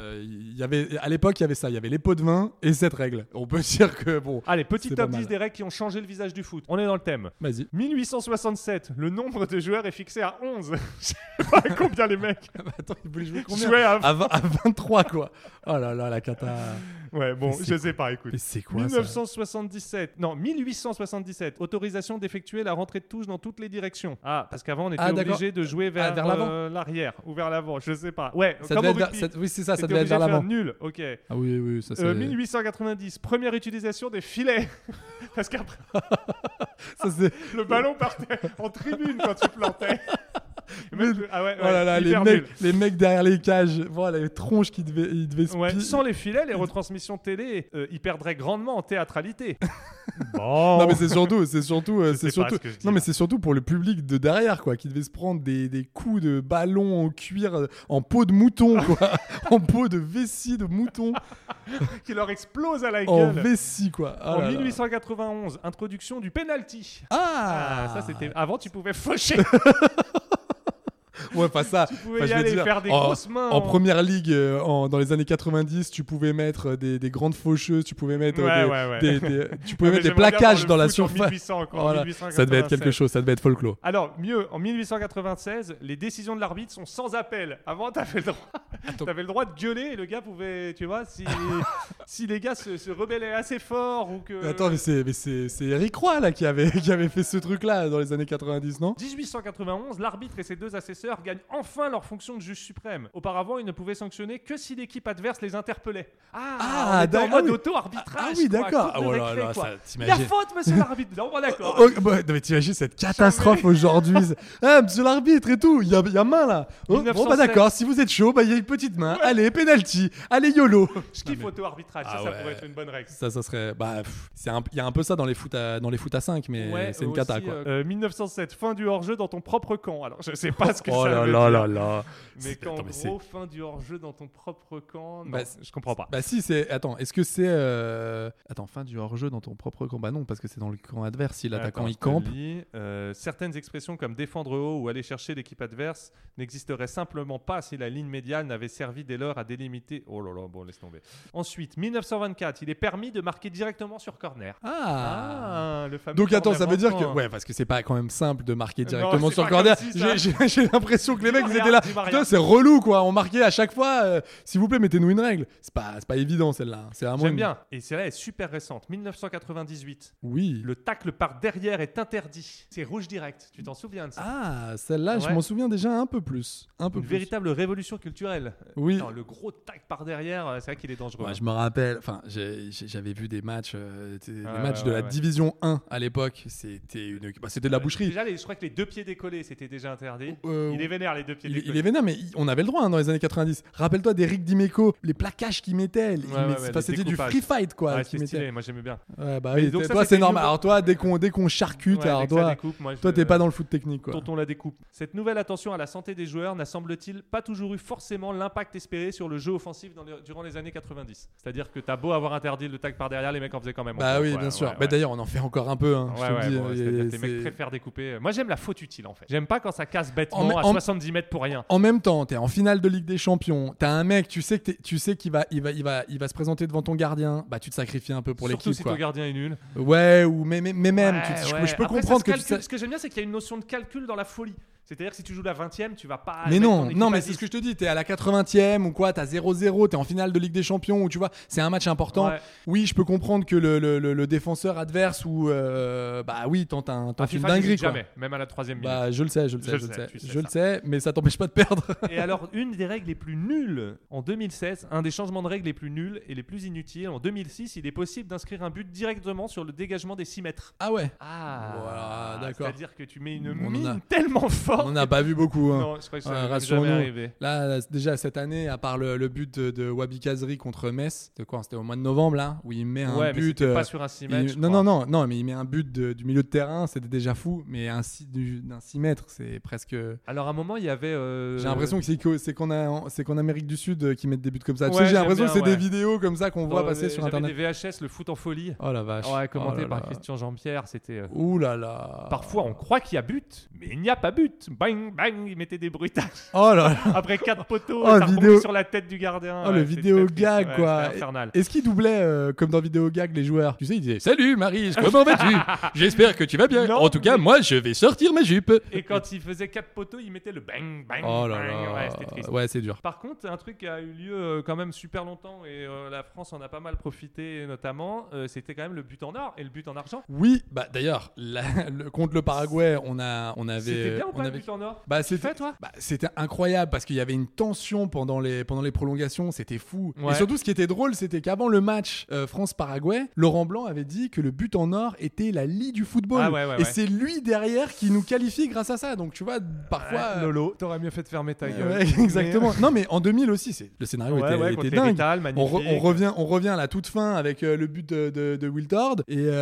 À l'époque, il y avait ça. Il y avait les pots de vin et cette règle. On peut dire que bon. Allez, petit top 10 des règles qui ont changé le visage du foot. On est dans le thème. Vas-y. 1867, le nombre de joueurs est fixé à 11. Je sais pas combien les mecs. Attends, ils voulaient jouer combien? Jouer à 23, quoi. Oh là là, la cata. Ouais, bon, je sais pas, écoute. Mais c'est quoi 1877, autorisation d'effectuer la rentrée de touche dans toutes les directions. Ah, parce qu'avant, on était obligé de jouer vers l'arrière ou vers l'avant, je sais pas. Ouais, ça comme devait au rugby. Oui, c'est ça devait être vers l'avant. Nul, ok. Ah oui, ça c'est... 1890, première utilisation des filets. Parce qu'après, le ballon partait en tribune quand tu plantais. Les mecs derrière les cages, voilà, les tronches qui devaient se sans les filets, les retransmissions télé, ils perdraient grandement en théâtralité. Bon. Non mais c'est surtout pour le public de derrière quoi, qui devait se prendre des coups de ballon en cuir, en peau de mouton quoi, en peau de vessie de mouton, qui leur explose à la gueule. En vessie quoi. En 1891, introduction du penalty. Ça c'était avant, tu pouvais faucher. Ouais, pas ça. Tu pouvais y aller faire des grosses mains. En première ligue, dans les années 90, tu pouvais mettre des grandes faucheuses, tu pouvais mettre tu pouvais mettre des plaquages dans la surface. 1800, voilà. Ça devait être quelque chose, ça devait être folklore. Alors, mieux, en 1896, les décisions de l'arbitre sont sans appel. Avant, t'avais le droit T'avais le droit de gueuler et le gars pouvait, tu vois, si les gars se rebellaient assez fort ou que... Attends, mais c'est Eric Roy là qui avait fait ce truc-là dans les années 90, non ? 1891, l'arbitre et ses 2 assesseurs gagnent enfin leur fonction de juge suprême. Auparavant, ils ne pouvaient sanctionner que si l'équipe adverse les interpellait. On était en mode auto-arbitrage. Ah oui, d'accord. Oh là là, quoi. ça, Il y a faute, monsieur l'arbitre. Non, bon, d'accord. Non, mais t'imagines cette catastrophe aujourd'hui. Monsieur l'arbitre et tout, il y a main là. Bon, bah d'accord, si vous êtes chaud, bah il y a une petite main. Allez, penalty. Allez, YOLO. Je kiffe auto-arbitrage, ça pourrait être une bonne règle. Ça serait. Il y a un peu ça dans les foot à 5, mais c'est une cata quoi. 1907, fin du hors-jeu dans ton propre camp. Alors, je sais pas ce que ça veut dire. Oh là là. Mais qu'en gros, fin du hors-jeu dans ton propre camp, non, je comprends pas. Bah si, c'est... Attends, est-ce que c'est... fin du hors-jeu dans ton propre camp. Bah non, parce que c'est dans le camp adverse, si l'attaquant il campe. Certaines expressions comme défendre haut ou aller chercher l'équipe adverse n'existeraient simplement pas si la ligne médiane n'avait servi dès lors à délimiter... Oh là là, bon, laisse tomber. Ensuite, 1924, il est permis de marquer directement sur corner. Le fameux. Donc attends, ça veut dire que... manquant. Ouais, parce que c'est pas quand même simple de marquer directement sur corner. J'ai l'impression que les mecs, ils étaient là... Putain, c'est relou quoi, on marquait à chaque fois. S'il vous plaît, mettez-nous une règle. C'est pas évident celle-là. J'aime bien. Et celle-là est super récente. 1998. Oui. Le tacle par derrière est interdit. C'est rouge direct. Tu t'en souviens de ça? Ah, celle-là, je m'en souviens déjà un peu plus. Une véritable révolution culturelle. Oui. Attends, le gros tacle par derrière, c'est vrai qu'il est dangereux. Ouais, je me rappelle. Enfin, j'avais vu des matchs, de la Division 1 à l'époque. C'était de la boucherie. Déjà, je crois que les 2 pieds décollés, c'était déjà interdit. Il est vénère, les 2 pieds décollés. Il est vénère, mais on avait le droit dans les années 90. Rappelle-toi d'Eric Dimeco, les plaquages qu'il mettait. C'était du free fight, quoi. Ouais, c'était stylé, moi j'aimais bien. Ouais, bah oui, toi c'est normal. Alors toi, dès qu'on charcute, alors toi t'es pas dans le foot technique, quoi. Tonton la découpe. Cette nouvelle attention à la santé des joueurs n'a, semble-t-il, pas toujours eu forcément l'impact espéré sur le jeu offensif durant les années 90. C'est-à-dire que t'as beau avoir interdit le tacle par derrière, les mecs en faisaient quand même. Bah oui, bien sûr. Bah d'ailleurs, on en fait encore un peu. Les mecs préfèrent découper. Moi j'aime la faute utile en fait. J'aime pas quand ça casse bêtement à 70 mètres pour rien. En même temps, t'es en finale de Ligue des Champions. T'as un mec, tu sais qu'il va se présenter devant ton gardien. Bah tu te sacrifies un peu pour l'équipe. Surtout si ton gardien est nul. Ouais, ou mais même. Je peux comprendre que ce que j'aime bien, c'est qu'il y a une notion de calcul dans la folie. C'est-à-dire que si tu joues la 20e, tu vas pas... Mais non, mais c'est ce que je te dis. T'es à la 80e ou quoi, t'as 0-0, t'es en finale de Ligue des Champions ou tu vois, c'est un match important. Ouais. Oui, je peux comprendre que le défenseur adverse ou tente une dinguerie. Jamais, même à la 3e minute. Bah je le sais, mais ça t'empêche pas de perdre. Et alors, une des règles les plus nulles en 2016, un des changements de règles les plus nuls et les plus inutiles, en 2006, il est possible d'inscrire un but directement sur le dégagement des 6 mètres. Ah ouais. Voilà, d'accord. C'est-à-dire que tu mets une mine tellement forte. On n'a pas vu beaucoup. Non, je crois que ça jamais arrivé. Là, déjà cette année, à part le but de Wabi Kazri contre Metz, c'était au mois de novembre là, où il met un but. Mais pas sur un 6 mètres. Non, mais il met un but du milieu de terrain, c'était déjà fou. Mais d'un 6 mètres, c'est presque. Alors à un moment, il y avait. J'ai l'impression que c'est qu'en Amérique du Sud qu'ils mettent des buts comme ça. Tu sais, j'ai l'impression que c'est des vidéos comme ça qu'on voit passer sur internet. Des VHS, le foot en folie. Oh la vache. Ouais, commenté par Christian Jean-Pierre, c'était. Ouh là là. Parfois, on croit qu'il y a but, mais il n'y a pas but. Bang, bang, il mettait des bruitages. Oh là là. Après 4 poteaux, ça retombait sur la tête du gardien. Oh, le vidéo gag, quoi. Infernal. Est-ce qu'il doublait, comme dans vidéo gag, les joueurs? Tu sais, il disait salut Maryse, comment vas-tu? J'espère que tu vas bien. En tout cas, moi, je vais sortir ma jupe. Et quand il faisait 4 poteaux, il mettait le bang, bang, oh là bang. Là. Ouais, c'était triste. Ouais, c'est dur. Par contre, un truc qui a eu lieu quand même super longtemps et la France en a pas mal profité, notamment, c'était quand même le but en or et le but en argent. Oui, bah d'ailleurs, contre le Paraguay, on avait. C'était bien ou pas le but en or? Bah, c'était incroyable parce qu'il y avait une tension pendant les prolongations, c'était fou. Ouais. Et surtout, ce qui était drôle, c'était qu'avant le match France-Paraguay, Laurent Blanc avait dit que le but en or était la lie du football. Et c'est lui derrière qui nous qualifie grâce à ça. Donc tu vois, parfois. Lolo, t'aurais mieux fait de fermer ta gueule. Ouais, exactement. Non, mais en 2000 aussi, le scénario était dingue. Vital, on revient à la toute fin avec le but de Wiltord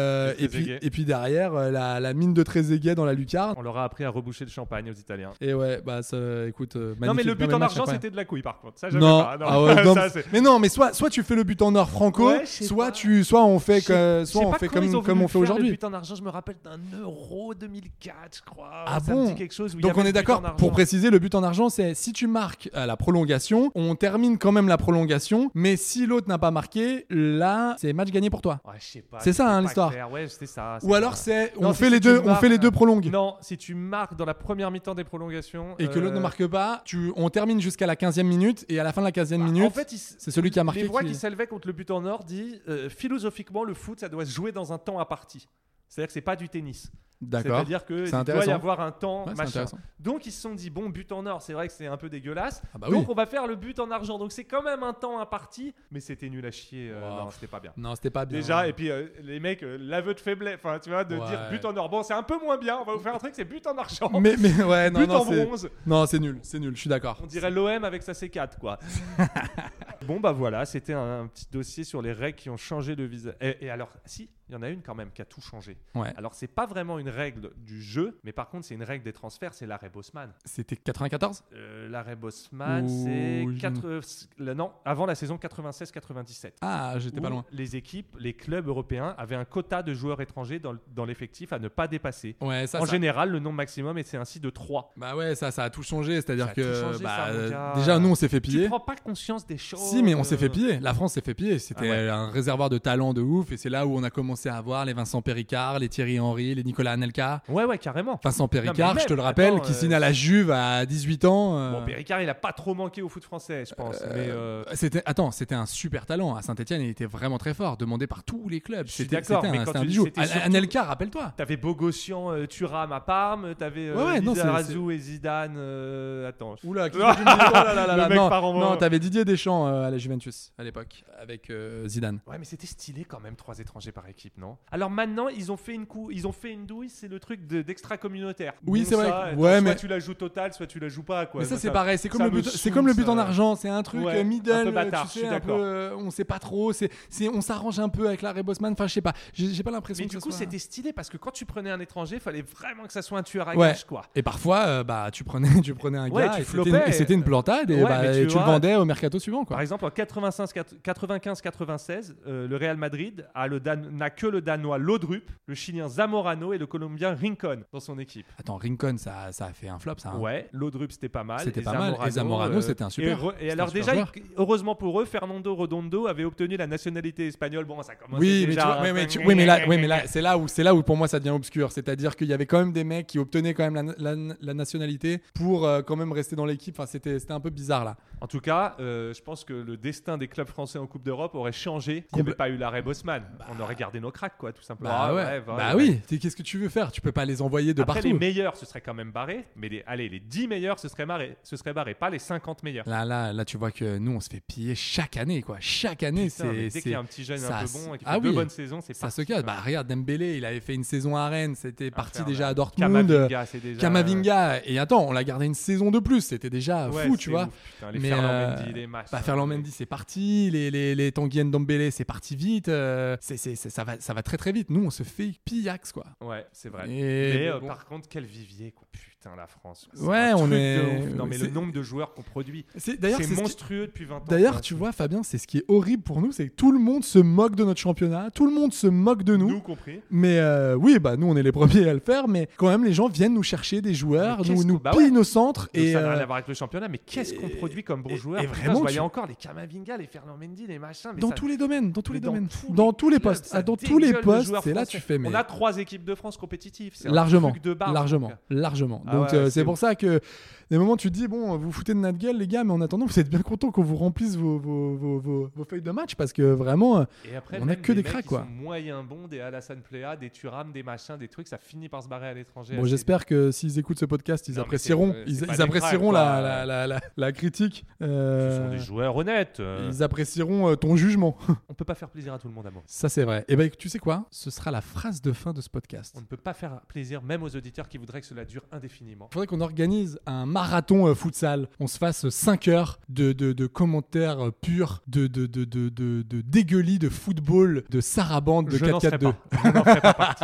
et puis derrière la mine de Trezeguet dans la lucarne. On leur a appris à reboucher le champagne aux Italiens. Et ouais, bah ça, écoute, magnifique. Non mais le but en argent c'était de la couille par contre. Ça jamais non. pas. Non. Ah ouais, non, mais non, mais soit tu fais le but en or franco, soit on fait comme on fait aujourd'hui. Le but en argent, je me rappelle d'un Euro 2004, je crois. Ah ça bon. Me dit quelque chose. Donc on est d'accord. Pour préciser, le but en argent, c'est si tu marques à la prolongation, on termine quand même la prolongation, mais si l'autre n'a pas marqué, là, c'est match gagné pour toi. Ouais, je sais pas. C'est ça l'histoire. Ouais, c'était ça. Ou alors on fait les deux prolongues. Non, si tu marques dans la première première mi-temps des prolongations. Et que l'autre ne marque pas, on termine jusqu'à la 15e minute et à la fin de la 15e minute, en fait, c'est celui qui a marqué. Les voix qui s'élevaient contre le but en or dit philosophiquement, le foot, ça doit se jouer dans un temps imparti. C'est-à-dire que c'est pas du tennis. D'accord. C'est-à-dire qu'il doit y avoir un temps, machin. Donc ils se sont dit, bon, but en or, c'est vrai que c'est un peu dégueulasse. Donc on va faire le but en argent. Donc c'est quand même un temps imparti, mais c'était nul à chier. Non, c'était pas bien. Non, c'était pas bien. Déjà, et puis les mecs, l'aveu de faiblesse, enfin, tu vois, de dire but en or. Bon, c'est un peu moins bien. On va vous faire un truc, c'est but en argent. Mais ouais, non, but en bronze. Non, c'est nul, je suis d'accord. On dirait l'OM avec sa C4, quoi. Bon, bah voilà, c'était un petit dossier sur les règles qui ont changé le visage. Et alors, si, il y en a une quand même qui a tout changé. Ouais. Alors, c'est pas vraiment une règle du jeu, mais par contre, c'est une règle des transferts, c'est l'arrêt Bosman. C'était 94 L'arrêt Bosman, c'est non, avant la saison 96-97. Ah, j'étais pas loin. Les équipes, les clubs européens avaient un quota de joueurs étrangers dans l'effectif à ne pas dépasser. Ouais, en général, le nombre maximum était ainsi de 3. Bah ouais, ça a tout changé. C'est-à-dire que déjà, nous, on s'est fait piller. Tu prends pas conscience des choses. Si, mais on s'est fait piller. La France s'est fait piller. C'était un réservoir de talent de ouf. Et c'est là où on a commencé à voir les Vincent Péricard, les Thierry Henry, les Nicolas Anelka. Ouais, carrément. Vincent Péricard, je te le rappelle, qui signe à la Juve à 18 ans. Bon, Péricard, il a pas trop manqué au foot français, je pense. C'était un super talent. À Saint-Etienne, il était vraiment très fort, demandé par tous les clubs. C'était un bijou. Anelka, rappelle-toi. T'avais Bogossian, Thuram à Parme, t'avais Lizarazu et Zidane. Attends. Oula, le mec part en non, t'avais Didier Deschamps à la Juventus à l'époque avec Zidane. Ouais, mais c'était stylé quand même, 3 étrangers par équipe, non? Alors maintenant, ils ont fait une douille, c'est le truc d'extra-communautaire. Oui, c'est vrai. Soit tu la joues totale, soit tu la joues pas, quoi. Mais ça, c'est pareil. C'est comme le but en argent. C'est un truc middle, un peu bâtard, tu sais, un peu, on sait pas trop. On s'arrange un peu avec l'arrêt Bosman. Enfin, je sais pas. J'ai pas l'impression. Mais que du coup, soit... c'était stylé parce que quand tu prenais un étranger, il fallait vraiment que ça soit un tueur à gages, quoi. Et parfois, tu prenais un gars et c'était une plantade et tu le vendais au mercato suivant, quoi. Par exemple, en 95-96, le Real Madrid n'a que le Danois Laudrup, le Chilien Zamorano et le Colombien Rincon dans son équipe. Attends, Rincon, ça a fait un flop, ça. Ouais, Laudrup, c'était pas mal. C'était pas mal. Et Zamorano, c'était un super. Et alors déjà, heureusement pour eux, Fernando Redondo avait obtenu la nationalité espagnole. Bon, ça commence déjà. Oui, mais là, c'est là où pour moi ça devient obscur. C'est-à-dire qu'il y avait quand même des mecs qui obtenaient quand même la nationalité pour quand même rester dans l'équipe. Enfin, c'était un peu bizarre là. En tout cas, je pense que le destin des clubs français en Coupe d'Europe aurait changé s'il n'y avait pas eu l'arrêt Bosman. On aurait gardé nos cracks, quoi, tout simplement. Oui. Qu'est-ce que tu veux faire? Tu peux pas les envoyer de partout. Les meilleurs, ce serait quand même barré. Mais les 10 meilleurs, ce serait barré, pas les 50 meilleurs. Là, tu vois que nous, on se fait piller chaque année, quoi. Chaque année, dès qu'il y a un petit jeune un peu bon et qui fait 2 bonnes saisons, c'est ça se casse. Regarde, Dembélé, il avait fait une saison à Rennes, c'était parti déjà à Dortmund. Kamavinga, et attends, on l'a gardé une saison de plus, c'était déjà fou, tu vois. Putain, les Ferland Mendy, les machins. Ferland Mendy, c'est parti. Les Tanguy Ndombele, c'est parti vite. Ça va très très vite. Nous, on se fait pillax, quoi. Ouais, c'est vrai. Mais par contre, quel vivier, quoi. Putain, la France. Ouais, on est. Non, mais le nombre de joueurs qu'on produit, c'est monstrueux depuis 20 ans. D'ailleurs, tu vois, Fabien, c'est ce qui est horrible pour nous, c'est que tout le monde se moque de notre championnat, tout le monde se moque de nous. Nous compris. Mais nous, on est les premiers à le faire, mais quand même, les gens viennent nous chercher des joueurs, nous pillent nos centres. Et ça n'a rien à voir avec le championnat, mais qu'est-ce qu'on produit comme bons joueurs? Et vraiment, je voyais encore les Kamavinga, les Ferland Mendy, les machins. Dans tous les domaines, dans tous les postes. Dans tous les postes, c'est là tu fais. On a 3 équipes de France compétitives. Largement. Largement. Donc c'est pour ça que des moments tu te dis bon, vous foutez de notre gueule les gars, mais en attendant vous êtes bien contents qu'on vous remplisse vos feuilles de match parce que vraiment on a que des cracks, quoi. Moyen bon, des Alassane Plea, des Thuram, des machins, des trucs, ça finit par se barrer à l'étranger. Bon, j'espère que s'ils écoutent ce podcast, ils apprécieront la critique. Ce sont des joueurs honnêtes. Ils apprécieront ton jugement. On peut pas faire plaisir à tout le monde, amour. Ça c'est vrai. Et ben tu sais quoi, ce sera la phrase de fin de ce podcast. On ne peut pas faire plaisir même aux auditeurs qui voudraient que cela dure indéfiniment. Il faudrait qu'on organise un marathon futsal. On se fasse 5 heures de commentaires purs, de dégueulis, de football, de sarabande, de 4-4-2. Je n'en ferai pas partie.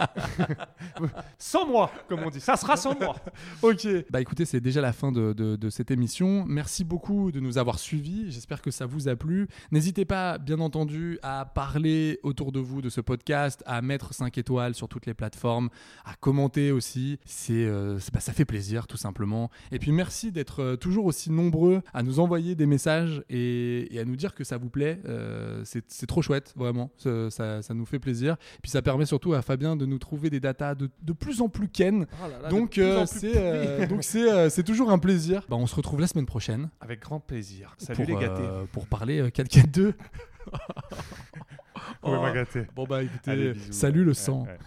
Sans moi, comme on dit. Ça sera sans moi. Ok. Bah écoutez, c'est déjà la fin de cette émission. Merci beaucoup de nous avoir suivis. J'espère que ça vous a plu. N'hésitez pas, bien entendu, à parler autour de vous de ce podcast, à mettre 5 étoiles sur toutes les plateformes, à commenter aussi. C'est ça fait plaisir tout simplement. Et puis merci d'être toujours aussi nombreux à nous envoyer des messages et à nous dire que ça vous plaît. C'est trop chouette, vraiment. Ça nous fait plaisir. Et puis ça permet surtout à Fabien de nous trouver des datas de plus en plus ken. Donc c'est toujours un plaisir. On se retrouve la semaine prochaine. Avec grand plaisir. Salut les gâtés. Pour parler 4-4-2. Vous pouvez m'agater. Bon bah écoutez, allez, salut le sang. Ouais.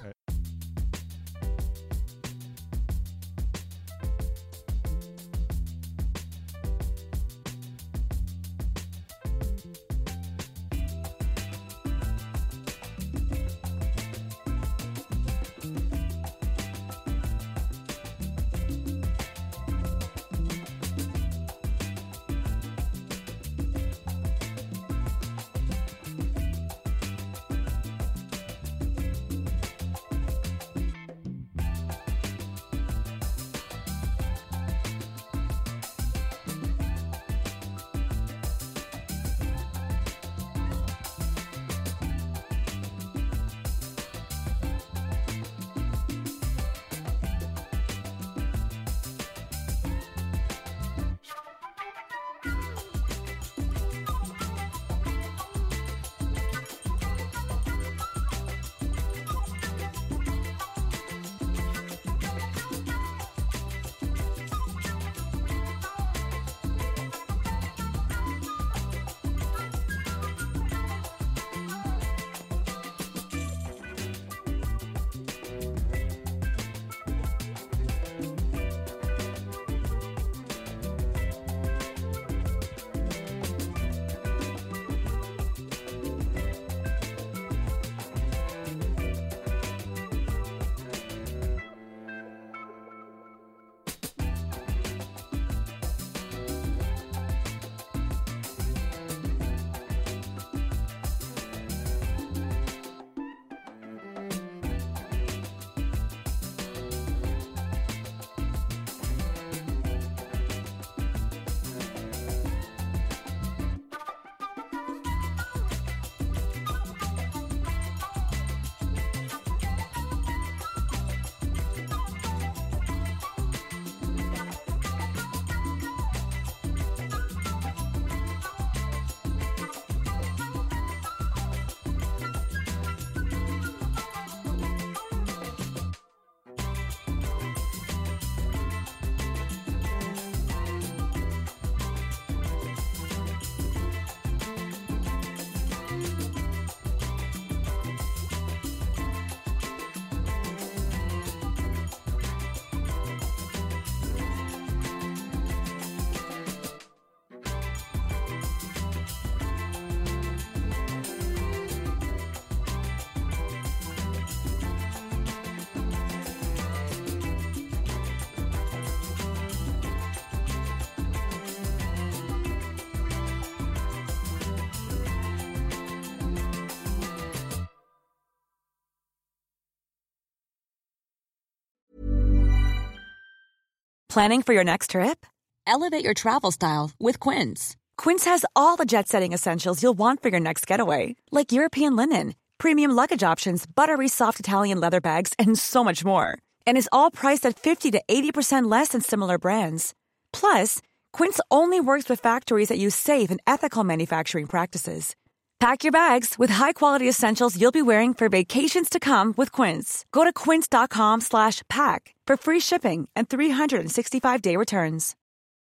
Planning for your next trip? Elevate your travel style with Quince. Quince has all the jet-setting essentials you'll want for your next getaway, like European linen, premium luggage options, buttery soft Italian leather bags, and so much more. And is all priced at 50 to 80% less than similar brands. Plus, Quince only works with factories that use safe and ethical manufacturing practices. Pack your bags with high-quality essentials you'll be wearing for vacations to come with Quince. Go to quince.com/pack for free shipping and 365-day returns.